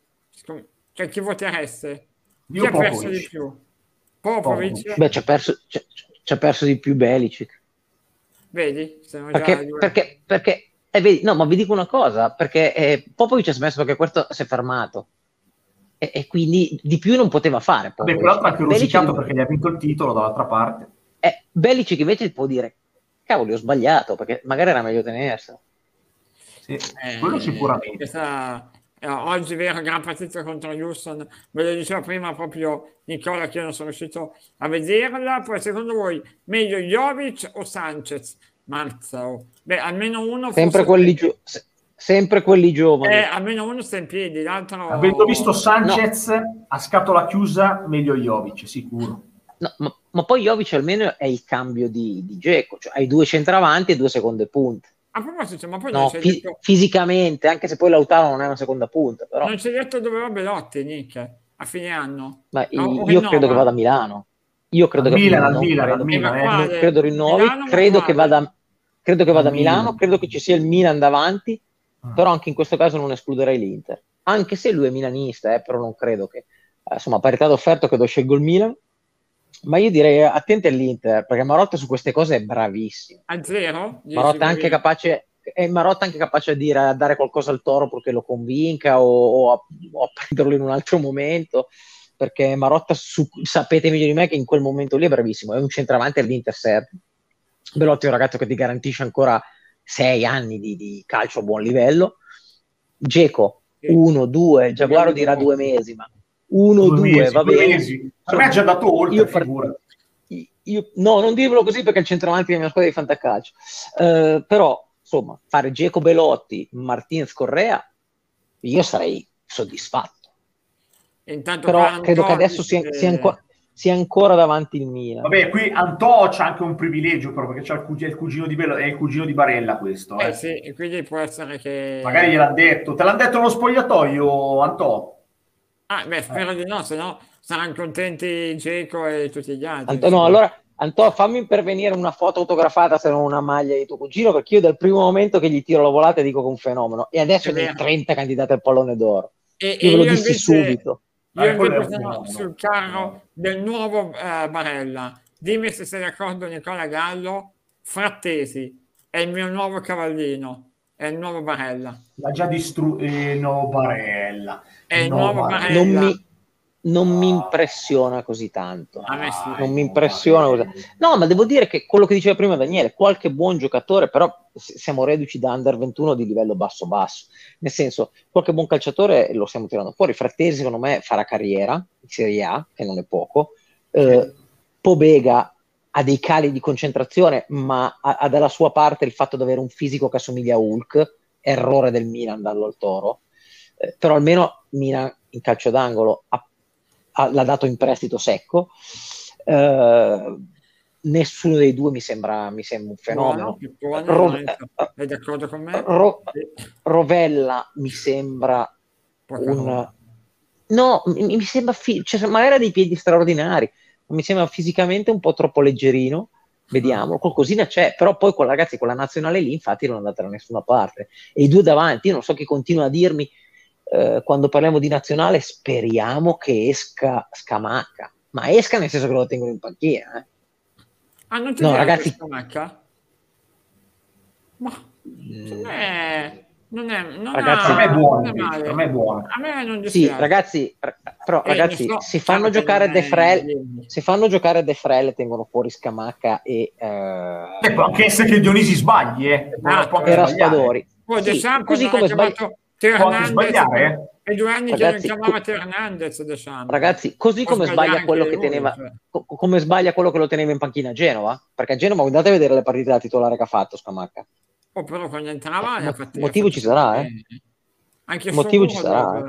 votereste? Chi ha perso di più? Popovic? Beh, ci ha perso di più Belicic. Vedi? Perché vedi, no, ma vi dico una cosa, perché Popovic ha smesso perché questo si è fermato e quindi di più non poteva fare. Beh, quell'altro ha anche rosicato perché gli ha vinto il titolo dall'altra parte. Belicic invece può dire, cavoli, ho sbagliato, perché magari era meglio tenerselo. Sì, quello sicuramente. Oggi vera gran partita contro Houston, ve lo diceva prima proprio Nicola che io non sono riuscito a vederla. Poi secondo voi meglio Jovic o Sanchez? Marzao, beh, almeno uno sempre quelli giovani, almeno uno sta in piedi, l'altro avendo visto Sanchez a scatola chiusa, meglio Jovic sicuro. No, ma poi Jovic almeno è il cambio di Dzeko, cioè hai 2 centravanti e 2 seconde punte. A proposito, ma poi detto... fisicamente, anche se poi Lautaro non è una seconda punta, però non ci hai detto dove va Belotti, Nick, a fine anno? Ma io credo che vada a Milano. Io credo che credo rinnovi, credo che vada a Milano, credo che ci sia il Milan davanti, però anche in questo caso non escluderei l'Inter, anche se lui è milanista, però non credo che insomma, a parità d'offerta credo scelgo il Milan, ma io direi attenti all'Inter, perché Marotta su queste cose è bravissimo. A zero? Marotta è anche capace, a dire, a dare qualcosa al Toro perché lo convinca o a prenderlo in un altro momento, perché Marotta, sapete meglio di me che in quel momento lì è bravissimo, è un centravanti all'Inter serve. Belotti è un ragazzo che ti garantisce ancora 6 anni di calcio a buon livello. Dzeko 1, 2, Giaguaro dirà 2 mesi, ma 1, 2 va bene. Per me ha già dato oltre, figura. No, non dirvelo così perché il centravanti della mia squadra di fantacalcio. Però, insomma, fare Dzeko, Belotti, Martinez, Correa, io sarei soddisfatto. Intanto però credo che adesso sia ancora davanti il Milan. Vabbè, qui Antò c'ha anche un privilegio, però, perché c'ha il cugino di Bello, è il cugino di Barella questo. Sì, e quindi può essere che... Magari gliel'hanno detto. Te l'hanno detto nello spogliatoio, Antò? Spero di no, se no saranno contenti Dzeko e tutti gli altri. No, allora, Antò, fammi intervenire una foto autografata, se non una maglia di tuo cugino, perché io dal primo momento che gli tiro la volata dico che è un fenomeno. E adesso è nei 30 candidati al pallone d'oro. Io ve lo dissi subito. Io invece sono sul carro del nuovo Barella. Dimmi se sei d'accordo, Nicola Gallo. Frattesi è il mio nuovo cavallino, è il nuovo Barella. L'ha già distrutto il nuovo Barella. È il nuovo Barella. Non mi impressiona così tanto. A me sì. Non mi impressiona così. No, ma devo dire che quello che diceva prima Daniele, qualche buon giocatore, però siamo reduci da under 21 di livello basso. Nel senso, qualche buon calciatore lo stiamo tirando fuori. Frattesi, secondo me, farà carriera in Serie A, che non è poco. Pobega ha dei cali di concentrazione, ma ha dalla sua parte il fatto di avere un fisico che assomiglia a Hulk, errore del Milan darlo al Toro. Però almeno Milan in calcio d'angolo l'ha dato in prestito secco. Nessuno dei due mi sembra un fenomeno. È d'accordo con me? Rovella mi sembra mi sembra magari ha dei piedi straordinari, ma mi sembra fisicamente un po' troppo leggerino. Vediamo, qualcosina c'è, però poi con la nazionale lì infatti non è andata da nessuna parte, e i due davanti, io non so chi continua a dirmi quando parliamo di nazionale speriamo che esca Scamacca, ma esca nel senso che lo tengono in panchina. Non ti ragazzi, Scamacca? Ma non ragazzi, per me è buono, per me è buono. A me non sì, ragazzi, si fanno giocare De Frel e tengono fuori Scamacca e può anche essere che Dionisi sbagli e Raspadori. Così come sbagliato sbagliare, e 2 anni che non chiamava Teo Hernandez, ragazzi, così come sbaglia quello che teneva come sbaglia quello che lo teneva in panchina a Genova, perché a Genova andate a vedere le partite da titolare che ha fatto Scamacca. Però quando entrava motivo ci sarà, anche motivo ci sarà.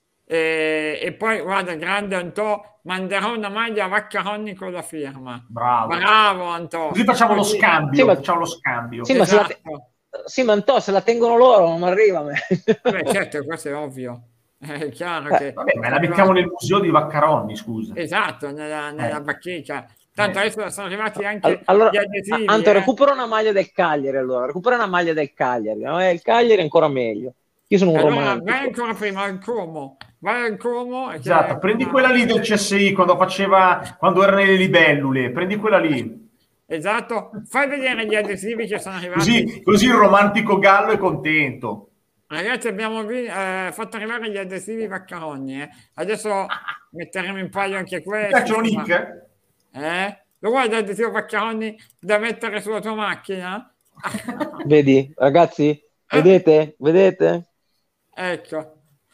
E poi guarda, grande Antò, manderò una maglia a Vaccaroni con la firma. Bravo Antò, così facciamo lo scambio. Sì, ma Antò, se la tengono loro non arriva. Certo, questo è ovvio. È chiaro che... ma la mettiamo nel museo di Vaccaroni, scusa. Esatto, nella bacheca. Tanto adesso sono arrivati anche gli adesivi. Anto, recupera una maglia del Cagliari, Il Cagliari è ancora meglio. Io sono un romantico. Vai ancora prima al Como. Esatto, prendi quella lì del CSI quando era nelle libellule, prendi quella lì. Esatto, fai vedere gli adesivi che sono arrivati. Così il romantico Gallo è contento. Ragazzi, abbiamo fatto arrivare gli adesivi Vaccaroni. Adesso metteremo in palio anche questo. Piacciono Nick? Lo vuoi l'adesivo Vaccaroni da mettere sulla tua macchina? Vedi, ragazzi? Vedete? Ecco.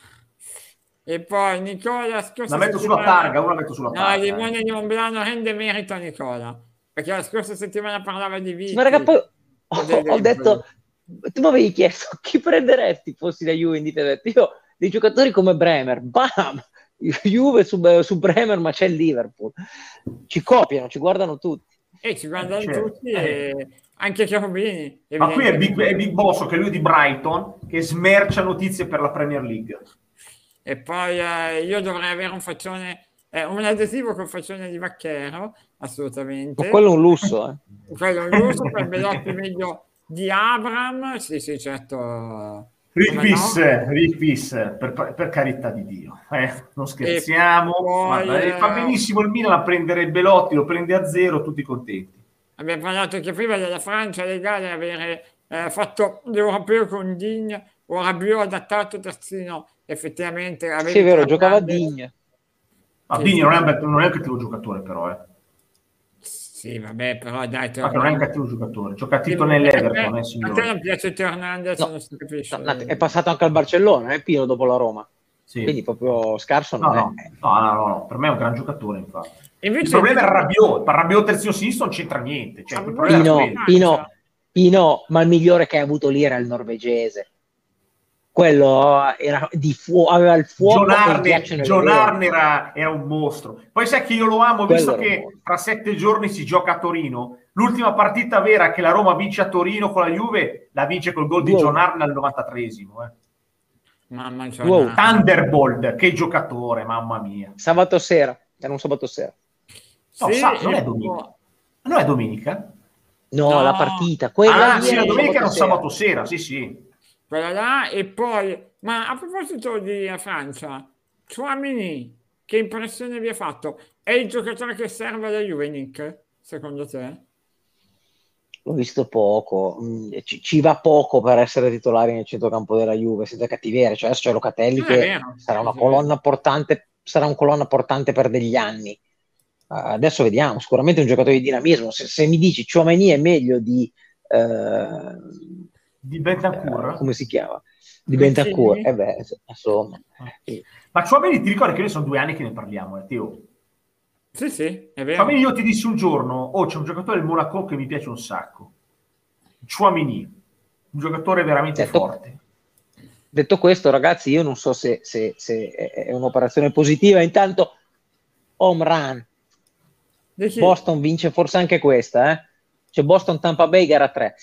E poi Nicola, la metto sulla targa, No, Limone di Monblano rende merito a Nicola, perché la scorsa settimana parlava di Vitti. Ma raga, poi ho detto, tu mi avevi chiesto chi prenderesti fossi da Juve indipendente. Io dei giocatori come Bremer, bam, Juve su Bremer, ma c'è il Liverpool. Ci copiano, ci guardano tutti. Ci guardano tutti e anche Cherubini. Ma qui è Big Boss, che lui è di Brighton, che smercia notizie per la Premier League. E poi io dovrei avere un adesivo con faccione di Vacchero, assolutamente. Ma quello è un lusso, Quello è un lusso, per Belotti meglio di Abram, sì, certo. Rick per carità di Dio, non scherziamo. Fa benissimo il Milan a prendere Belotti, lo prende a 0, tutti contenti. Abbiamo parlato anche prima della Francia, legale avere fatto l'europeo con Digne o Rabiot adattato terzino, effettivamente. Sì, è vero, giocava Digne. No, Digne non è un cattivo giocatore, però. Sì, vabbè, però dai, non è un cattivo giocatore, gioca Tito nell'Everton, signore. A te non piace Teo Hernandez, non si capisce. È passato anche al Barcellona, Pino, dopo la Roma. Sì. Quindi proprio scarso non è. No, per me è un gran giocatore, infatti. Invece il problema è Rabiot terzino sinistro non c'entra niente. Cioè, Pino, ma il migliore che ha avuto lì era il norvegese. Quello era aveva il fuoco. John Arne era un mostro. Poi sai che io lo amo, visto che tra 7 giorni si gioca a Torino. L'ultima partita vera che la Roma vince a Torino con la Juve la vince col gol di John Arne al 93esimo. Mamma mia. Thunderbolt, che giocatore, mamma mia. Sabato sera, era un sabato sera. No, non è domenica. Non è domenica? No, la partita. Sì, la domenica era un sabato sera, sì. Quella là, e poi, ma a proposito di Francia, Tchouaméni, che impressione vi ha fatto? È il giocatore che serve alla Juve, Nick, secondo te? L'ho visto poco, ci va poco per essere titolare nel centrocampo della Juve, senza cattiveria. Cioè adesso c'è Locatelli che sarà una colonna portante, sarà un colonna portante per degli anni. Adesso vediamo, sicuramente è un giocatore di dinamismo. Se mi dici Tchouaméni è meglio di Bentancur, come si chiama? Di Bentancur, insomma. Ma Tchouaméni, ti ricordi che noi sono 2 anni che ne parliamo, Teo? Sì, è vero. Tchouaméni, io ti dissi un giorno, c'è un giocatore del Monaco che mi piace un sacco. Tchouaméni, un giocatore veramente forte. Detto questo, ragazzi, io non so se è un'operazione positiva. Intanto home run. Boston vince forse anche questa, C'è Boston Tampa Bay gara 3.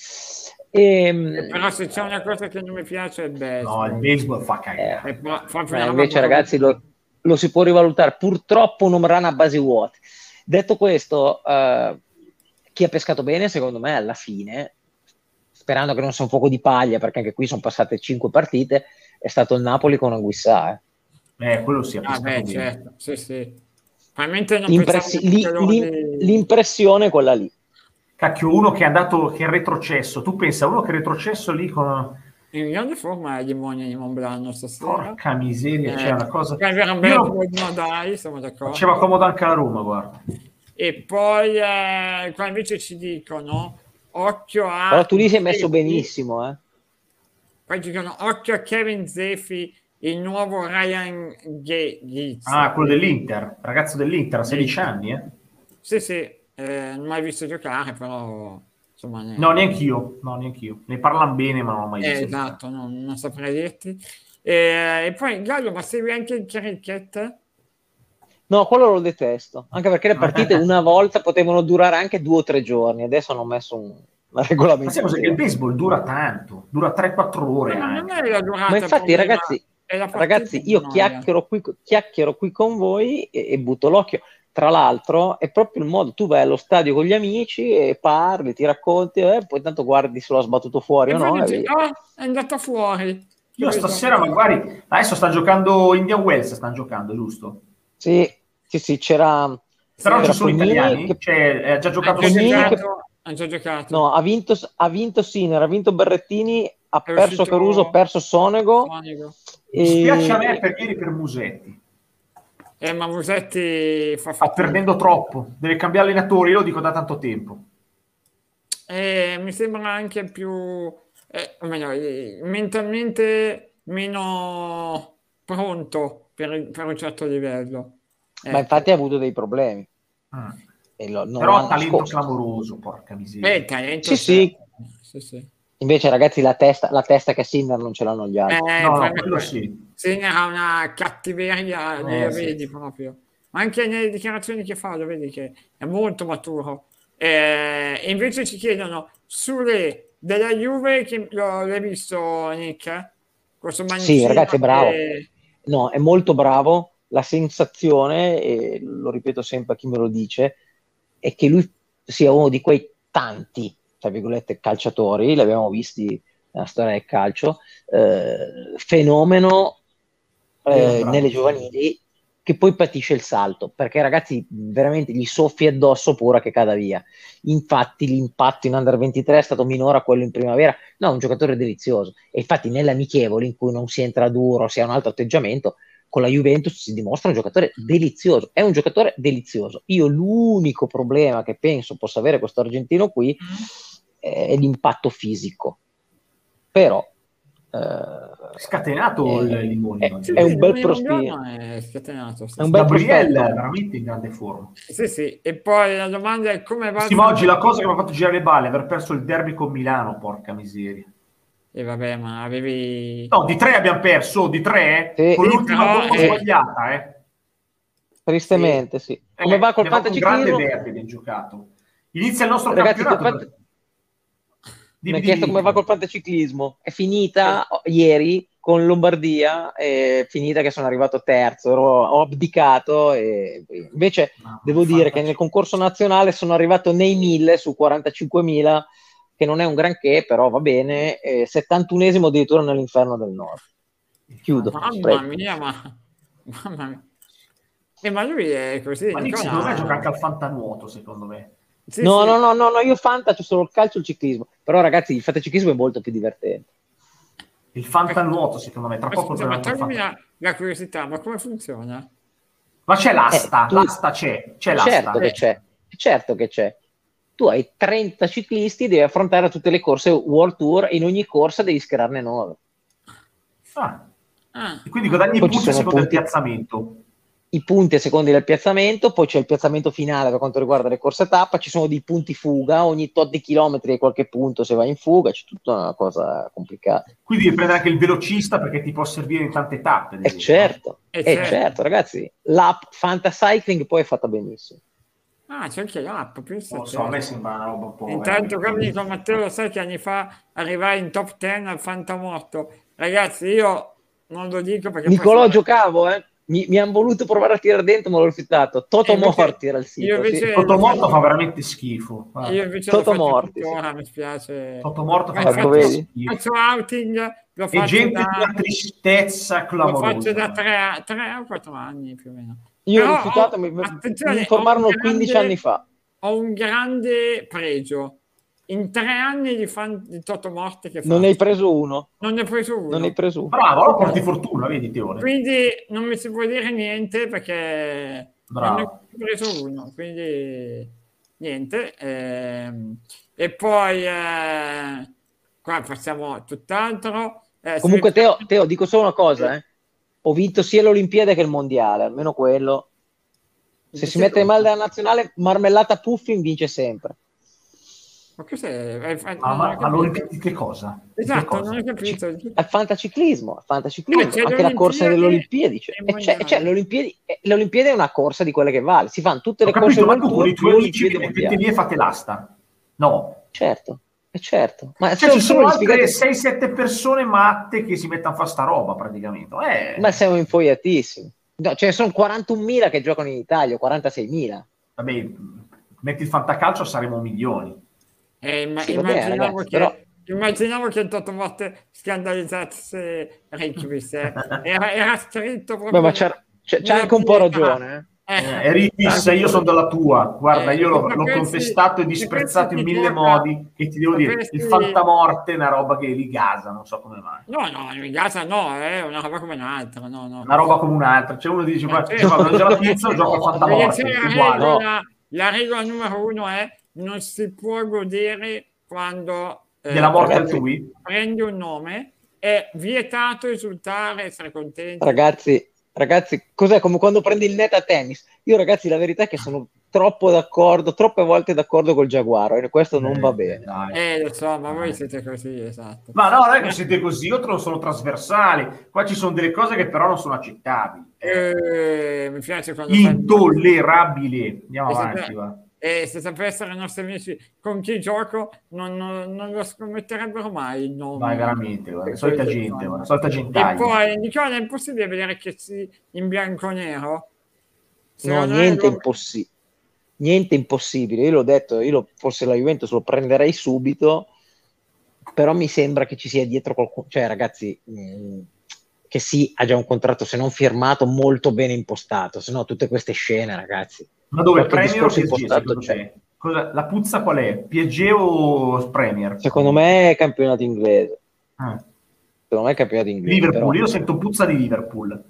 Però se c'è una cosa che non mi piace è il baseball. No, il baseball fa cagare. Invece, ragazzi, lo si può rivalutare. Purtroppo un home run a basi vuote. Detto questo, chi ha pescato bene, secondo me, alla fine, sperando che non sia un fuoco di paglia, perché anche qui sono passate 5 partite, è stato il Napoli con Anguissà. Quello si è pescato bene. Certo, sì. Probabilmente non l'impressione è quella lì. Cacchio, uno che è retrocesso. Tu pensa, uno che è retrocesso lì con... In grande forma è Limonia di Monblano stasera. Porca miseria, c'è una cosa... Siamo d'accordo. Faceva comodo anche la Roma, guarda. E poi qua invece ci dicono occhio a... Però tu lì sei messo benissimo, Poi dicono occhio a Kevin Zefi, il nuovo Ryan Giggs. Quello dell'Inter, ragazzo dell'Inter, a 16 anni, Sì. Non ho mai visto giocare, però insomma. No, neanch'io. Ne parlano bene, ma non ho mai visto. Esatto, non saprei dirti. E poi Gallo, ma segui anche il cricket? No, quello lo detesto, anche perché le partite una volta potevano durare anche 2 o 3 giorni, adesso hanno messo una regolamentazione. Ma sai che il baseball dura tanto, dura 3-4 ore. Non è la durata. Ma infatti, ragazzi, io chiacchiero qui con voi e butto l'occhio. Tra l'altro è proprio il modo, tu vai allo stadio con gli amici e parli, ti racconti, poi tanto guardi se lo ha sbattuto fuori o no. È andata fuori. Io stasera magari, adesso sta giocando Indian Wells, stanno giocando, giusto? Sì, c'era... Però ci sono italiani? Ha già giocato ha già giocato. No, ha vinto Sinner, ha vinto Berrettini, ha perso Caruso, ha perso Sonego. Mi spiace a me per Musetti. Ma Musetti sta perdendo troppo, deve cambiare allenatore, io lo dico da tanto tempo. Mi sembra anche più mentalmente meno pronto per un certo livello. Ma infatti ha avuto dei problemi. Però ha talento clamoroso, porca miseria. Talento sì. Invece, ragazzi, la testa che Sinner non ce l'hanno gli altri. Quello sì. Sinner ha una cattiveria, vedi proprio. Ma anche nelle dichiarazioni che fa, lo vedi che è molto maturo. E invece ci chiedono sulle della Juve, che l'hai visto, Nick? Questo sì, ragazzi, è bravo. No, è molto bravo. La sensazione, e lo ripeto sempre a chi me lo dice, è che lui sia uno di quei tanti, tra virgolette, calciatori, li abbiamo visti nella storia del calcio, fenomeno nelle giovanili, che poi patisce il salto, perché ragazzi veramente gli soffi addosso pura che cada via. Infatti l'impatto in Under 23 è stato minore a quello in primavera. No, è un giocatore delizioso, e infatti nelle amichevoli in cui non si entra duro, si ha un altro atteggiamento, con la Juventus si dimostra un giocatore delizioso, è un giocatore delizioso. Io l'unico problema che penso possa avere questo argentino qui è l'impatto fisico, però scatenato il Limoni, è un bel prospetto, è scatenato, è un bel Gabriel prospetto, veramente in grande forma. Sì, e poi la domanda è come va. Sì, ma oggi la cosa che mi ha fatto girare le balle è aver perso il derby con Milano, porca miseria. E vabbè, ma avevi... No, di 3 abbiamo perso, di 3, sì, con l'ultima bomba sì, sbagliata, tristemente sì. Come va col fantaciclismo? Un grande derby ben giocato. Inizia il nostro ragazzi, campionato. Mi ha chiesto come va col fantaciclismo. È finita ieri con Lombardia, è finita che sono arrivato terzo, ho abdicato, e invece devo dire che nel concorso nazionale sono arrivato nei 1000 su 45.000, che non è un granché, però va bene, 71esimo addirittura nell'inferno del nord. Chiudo. Mamma mia. Ma lui è così. Ma secondo me gioca anche al fantanuoto, secondo me. Sì, no, io fanta, c'è solo il calcio e il ciclismo. Però ragazzi, il fantaciclismo è molto più divertente. Il fantanuoto, secondo me, tra poco. Ma toglimi la curiosità, ma come funziona? Ma c'è l'asta, l'asta c'è l'asta. Certo che c'è. Tu hai 30 ciclisti, devi affrontare tutte le corse World Tour, e in ogni corsa devi schierarne 9. E quindi guadagni i punti a seconda del piazzamento. I punti a seconda del piazzamento, poi c'è il piazzamento finale per quanto riguarda le corse a tappa, ci sono dei punti fuga, ogni tot di chilometri e qualche punto se vai in fuga, c'è tutta una cosa complicata. Quindi devi prendere anche il velocista perché ti può servire in tante tappe. Certo, ragazzi, l'app Fantacycling poi è fatta benissimo. C'è anche l'app, non so, a me sembra una roba un po'... Intanto Carli con Matteo, lo sai che anni fa arrivai in top 10 al Fantamorto. Ragazzi, io non lo dico perché... Nicolò giocavo, mi hanno voluto provare a tirare dentro, ma l'ho rifiutato. Toto Morti era il sito. Toto Morto fa veramente schifo. Io invece Toto Morti, mi spiace. Toto Morto fa veramente schifo. Faccio outing, lo faccio e gente di una tristezza clamorosa. Lo faccio da 3 o 4 anni più o meno. Io ho rifiutato, mi informarono 15 anni fa. Ho un grande pregio. In 3 anni di Toto Morti che non ne hai preso uno. Non ne hai preso uno. Non ne hai preso uno. Bravo, allora porti fortuna, vedi Teone. Quindi non mi si può dire niente perché bravo. Non ne ho preso uno, quindi niente. E poi qua passiamo tutt'altro. Comunque Teo, dico solo una cosa, ho vinto sia l'Olimpiade che il Mondiale, almeno quello. Se si mette in male della nazionale, Marmellata Puffin vince sempre. Ma cos'è? All'Olimpiadi che cosa? Esatto, che cosa? Non ho capito. Al fantaciclismo, anche la corsa delle Olimpiadi. L'Olimpiade è una corsa di quelle che vale. Si fanno tutte le corse ma tu con i tuoi amici mettete lì e fate l'asta. No. Certo. Ma ci sono altre 6-7 persone matte che si mettono a fare sta roba praticamente. Ma siamo infoiatissimi. No, ce ne sono 41.000 che giocano in Italia, 46.000. Vabbè, metti il fantacalcio, saremo milioni. Immaginavo che il Toto Morte scandalizzasse Ricchvis. Era scritto proprio. Beh, ma c'è anche un po' ragione. Ricchvis, io sono della tua. Guarda, io l'ho contestato e disprezzato in 1000 modi. Che ti devo dire, il fantamorte è una roba che li gasa, non so come mai. No, li gasa no, è una roba come un'altra. No. Una roba come un'altra. C'è uno che dice, mangia la pizza, gioca al fantamorte. La regola numero 1 è: non si può godere quando della morte altrui, prendi un nome, è vietato esultare, essere contenti. Ragazzi, cos'è come quando prendi il net a tennis? Io ragazzi, la verità è che sono troppe volte d'accordo col Giaguaro, e questo non va bene. Lo so, ma voi siete così, esatto. Ma no, non è che siete così, io sono trasversali. Qua ci sono delle cose che però non sono accettabili. Mi piace quando intollerabile. Andiamo avanti, va. E se sapessero i nostri amici con chi gioco, non lo scommetterebbero mai il nome. Ma veramente, solita gente, solita gentaglia. E poi, Nicola, è impossibile vedere che si in bianco e nero? No, niente impossibile. Io l'ho detto, forse la Juventus lo prenderei subito, però mi sembra che ci sia dietro qualcuno, cioè ragazzi, che sì, ha già un contratto se non firmato molto bene impostato, se no tutte queste scene, ragazzi. Ma dove? Qualche Premier o discorso PSG? impostato c'è. La puzza qual è? PSG o Premier? Secondo me è campionato inglese. Ah. Secondo me è campionato inglese. Liverpool, però. io sento puzza di Liverpool.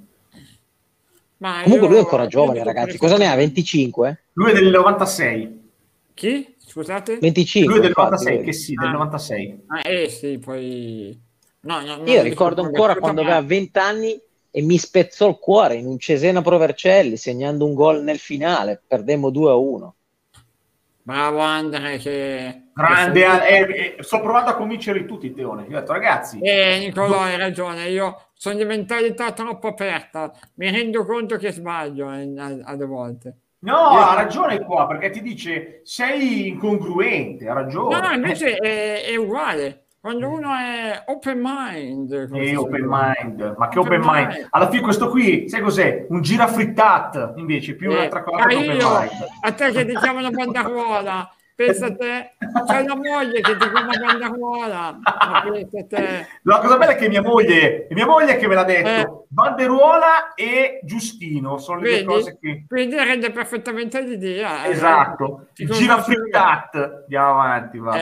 Ma Comunque lui è io ancora giovane, dico ragazzi. questo Cosa ne ha? per- 25? Lui è del 96. Chi? Scusate? 25, Lui è del infatti, 96, vedi. che sì, del 96. Sì, poi... No, non Io lo dico ricordo come ancora battuta, quando ma aveva 20 anni e mi spezzò il cuore in un Cesena Pro Vercelli, segnando un gol nel finale. Perdemmo 2-1. bravo Andre che Grande, sei... sto provando a convincere tutti, Teone. Io ho detto, ragazzi, Nicolò, hai ragione, io sono di mentalità troppo aperta, mi rendo conto che sbaglio alle volte. no, Io- ha ragione qua, perché ti dice, sei incongruente, ha No, ragione. invece è uguale. Quando uno è open mind, come si suol Open dire. mind, ma che Open open mind? mind. Alla fine questo qui, sai cos'è? Un girafrittat, invece, più un'altra cosa che open Io, mind. a te che ti chiamano bandaruola, pensa a te, c'è la moglie che ti chiama bandaruola, ma pensa a te. La cosa bella è che è mia moglie che me l'ha Eh, detto, Banderuola e Giustino sono le due vedi? cose che... Quindi rende perfettamente l'idea. Esatto, Ti il conosco io. girafrittat, andiamo avanti, va.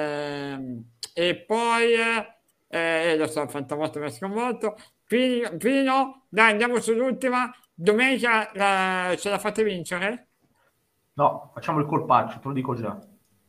E poi, lo so, Fantamoto mi ha sconvolto. Pino, dai, andiamo sull'ultima. Domenica ce la fate vincere? No, facciamo il colpaccio, te lo dico già.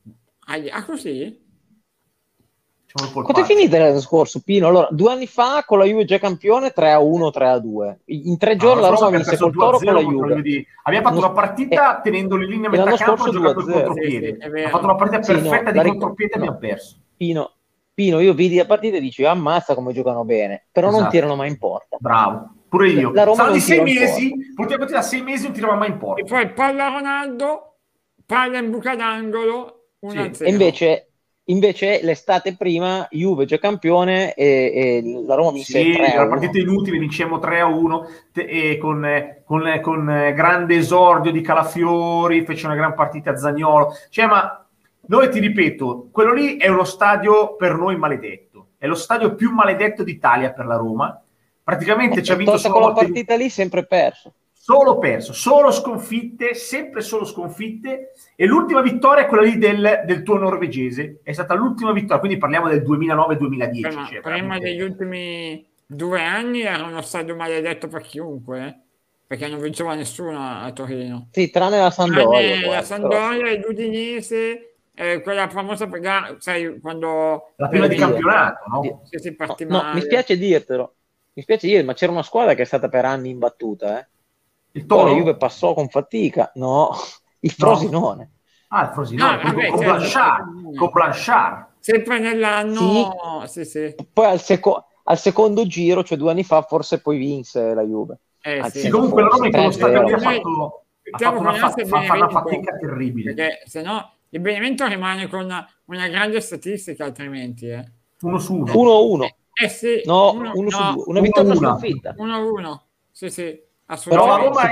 Così? Facciamo il Quanto è colpaccio. finita l'anno scorso, Pino? Allora, 2 anni fa con la Juve già campione, 3-1, 3-2. In 3 giorni la Roma vinse col Toro con la Juve. Abbiamo fatto una partita tenendoli in linea a metà campo e giocando il 2-0. contropiede. Sì, Abbiamo fatto una partita perfetta di contropiede e no. abbiamo perso. Pino, io vidi la partita e dici, ammazza come giocano bene, però non tirano mai in porta. Bravo, pure io. La Roma Saranno di non 6 tira in mesi, portiamo da 6 mesi non tiravamo mai in porta. E poi palla Ronaldo, palla in buca d'angolo, 1-0. E invece l'estate prima Juve già campione e la Roma vinse 3-1. Sì, la partita inutile, vincemmo 3-1 e con grande esordio di Calafiori, fece una gran partita a Zaniolo. Cioè, ma noi ti ripeto, quello lì è uno stadio per noi maledetto. È lo stadio più maledetto d'Italia per la Roma. Praticamente ci ha vinto solo quella partita lì sempre perso. Solo perso, solo sconfitte, sempre solo sconfitte, e l'ultima vittoria è quella lì del tuo norvegese, è stata l'ultima vittoria, quindi parliamo del 2009-2010. Prima degli ultimi 2 anni era uno stadio maledetto per chiunque, perché non vinceva nessuno a Torino. Sì, tranne la Sampdoria. La Sampdoria e l'Udinese, quella famosa gara, sai, quando... La prima di campionato, no? Si partì no, male. mi spiace dirtelo, ma c'era una squadra che è stata per anni imbattuta, Il Toro? Poi la Juve passò con fatica, il Frosinone. Ah, il Frosinone, con Blanchard. Sempre nell'anno... Sì. Poi al secondo giro, cioè 2 anni fa, forse poi vinse la Juve. Sì, comunque la Roma in quello stadio lì ha fatto una fatica terribile. Perché se no il Benevento rimane con una grande statistica, altrimenti. 1-1. 1-1. Sì. No, 1-2. Una vittoria sconfitta. 1-1. Sì. Però la Roma,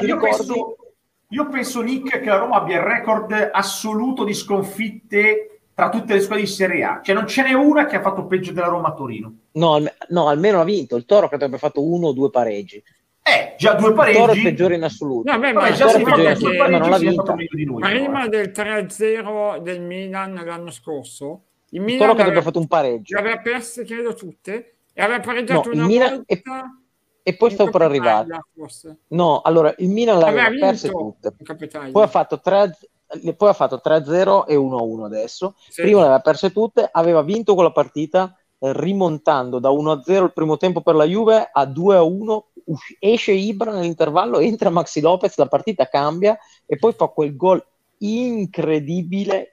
io penso, Nick, che la Roma abbia il record assoluto di sconfitte tra tutte le squadre di Serie A. Cioè non ce n'è una che ha fatto peggio della Roma a Torino. No, almeno ha vinto. Il Toro credo abbia fatto 1 o 2 pareggi. Già 2 pareggi. Il Toro è il peggiore in assoluto. No, ma già si peggiore in assoluto, ma non l'ha vinta. Prima del 3-0 del Milan l'anno scorso, il Milan Toro credo abbia fatto un pareggio. Le aveva perse, credo, tutte, e aveva pareggiato una volta... E poi stavo per arrivare. No, allora il Milan l'aveva perse tutte. Poi ha fatto 3-0 e 1-1 adesso. Sì. Prima le aveva perse tutte, aveva vinto quella partita rimontando da 1-0 il primo tempo per la Juve a 2-1. Esce Ibra nell'intervallo, entra Maxi Lopez, la partita cambia e poi fa quel gol incredibile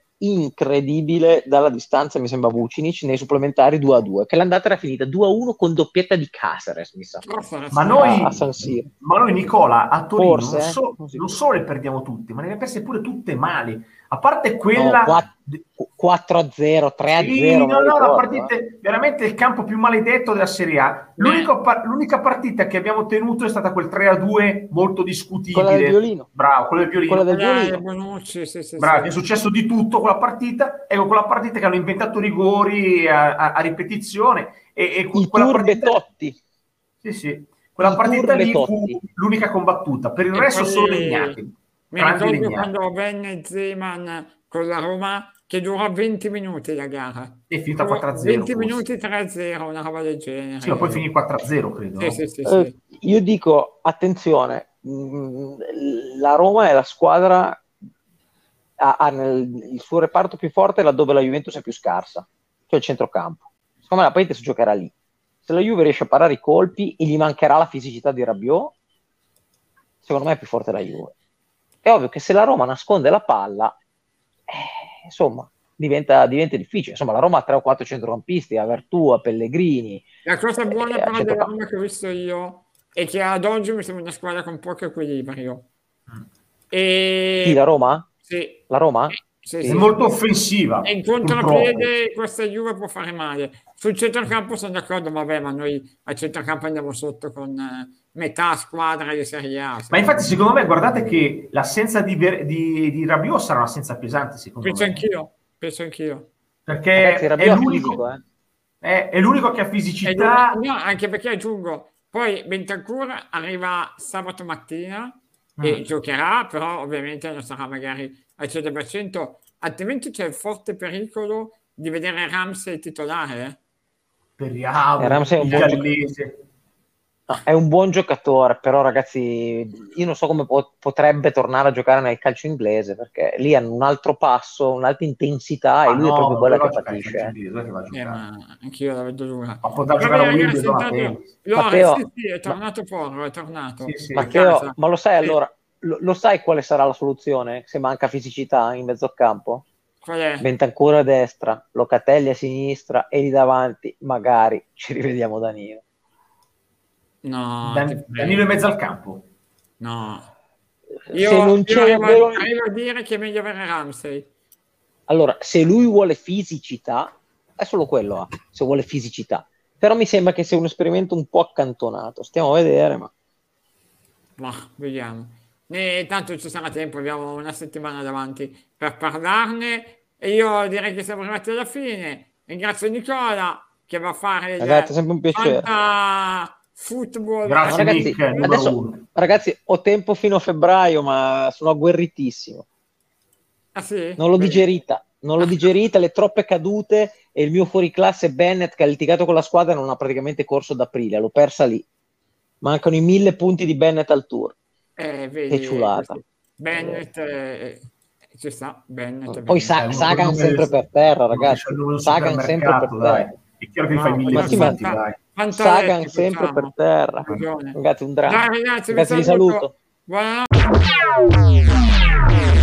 dalla distanza, mi sembra Vucinic, nei supplementari 2-2, che l'andata era finita 2-1 con doppietta di Caceres, mi sa. Ma noi, a San Siro. Ma noi, Nicola, a Torino Forse, non solo le perdiamo tutte, ma ne abbiamo perse pure tutte male. A parte quella... No, 4-0, 3-0. Sì, no, la partita veramente il campo più maledetto della Serie A. L'unica partita che abbiamo tenuto è stata quel 3-2 molto discutibile. Quella del violino. Bravo, quella del violino. Quella del violino. Bravo, che è successo di tutto quella partita. Ecco, quella partita che hanno inventato rigori a ripetizione. E quella partita... Totti. Sì. Quella partita lì fu l'unica combattuta. Per il resto solo legnati. Mi ricordo quando venne Zeman con la Roma, che durò 20 minuti la gara. E finita 4-0. 20 minuti 3-0, una roba del genere. Sì, ma poi finì 4-0, credo. Sì. Io dico, attenzione, la Roma è la squadra, ha il suo reparto più forte laddove la Juventus è più scarsa, cioè il centrocampo. Secondo me la partita si giocherà lì. Se la Juve riesce a parare i colpi e gli mancherà la fisicità di Rabiot, secondo me è più forte la Juve. È ovvio che se la Roma nasconde la palla, insomma, diventa difficile. Insomma, la Roma ha 3 o 4 centrocampisti, a Vertù, a Pellegrini. La cosa buona però della Roma che ho visto io è che ad oggi mi sembra una squadra con poco equilibrio. Chi, la Roma? Sì. La Roma? Sì. È molto offensiva. E in contropiede questa Juve può fare male. Sul centrocampo sono d'accordo, ma noi al centrocampo andiamo sotto con metà squadra di Serie A. Ma infatti secondo me, guardate che l'assenza di Rabiot sarà un'assenza pesante, secondo me. Penso anch'io. Perché ragazzi, è l'unico, è l'unico che ha fisicità. No, anche perché aggiungo, poi Bentancur arriva sabato mattina e giocherà, però ovviamente non sarà magari al 100%, altrimenti c'è il forte pericolo di vedere Ramsey titolare. Speriamo. Ramsey è un buon giocatore, però ragazzi, io non so come potrebbe tornare a giocare nel calcio inglese, perché lì hanno un altro passo, un'altra intensità, e lui è proprio quella che patisce. Ma anch'io la vedo dura. Ma potrà giocare a Wimbledon. Sì, è tornato Porro, è tornato. Sì. Matteo, ma lo sai allora, lo sai quale sarà la soluzione se manca fisicità in mezzo al campo? Qual è? Bentancur a destra, Locatelli a sinistra e lì davanti magari ci rivediamo Danilo. No, Danilo in mezzo al campo. No. Se non c'è arrivo a dire che è meglio avere Ramsey. Allora, se lui vuole fisicità, è solo quello, se vuole fisicità. Però mi sembra che sia un esperimento un po' accantonato. Stiamo a vedere, ma vediamo. Tanto ci sarà tempo, abbiamo una settimana davanti per parlarne e io direi che siamo arrivati alla fine. Ringrazio Nicola che va a fare ragazzi, è sempre un piacere. Football. Grazie, ragazzi, ragazzi, ho tempo fino a febbraio, ma sono agguerritissimo. Ah, sì? Non l'ho digerita, le troppe cadute e il mio fuoriclasse Bennett che ha litigato con la squadra non ha praticamente corso d'aprile, l'ho persa lì. Mancano i 1000 punti di Bennett al Tour. Vedi, che ciulata. Bennett ci sta, Bennett. Poi Sagan sempre per terra, ragazzi. Sagan sempre per terra. È chiaro che fai 1000 punti, dai. Sagan sempre per terra. Ragazzi, un dramma. Dai, ragazzi, vi saluto. Buonanotte.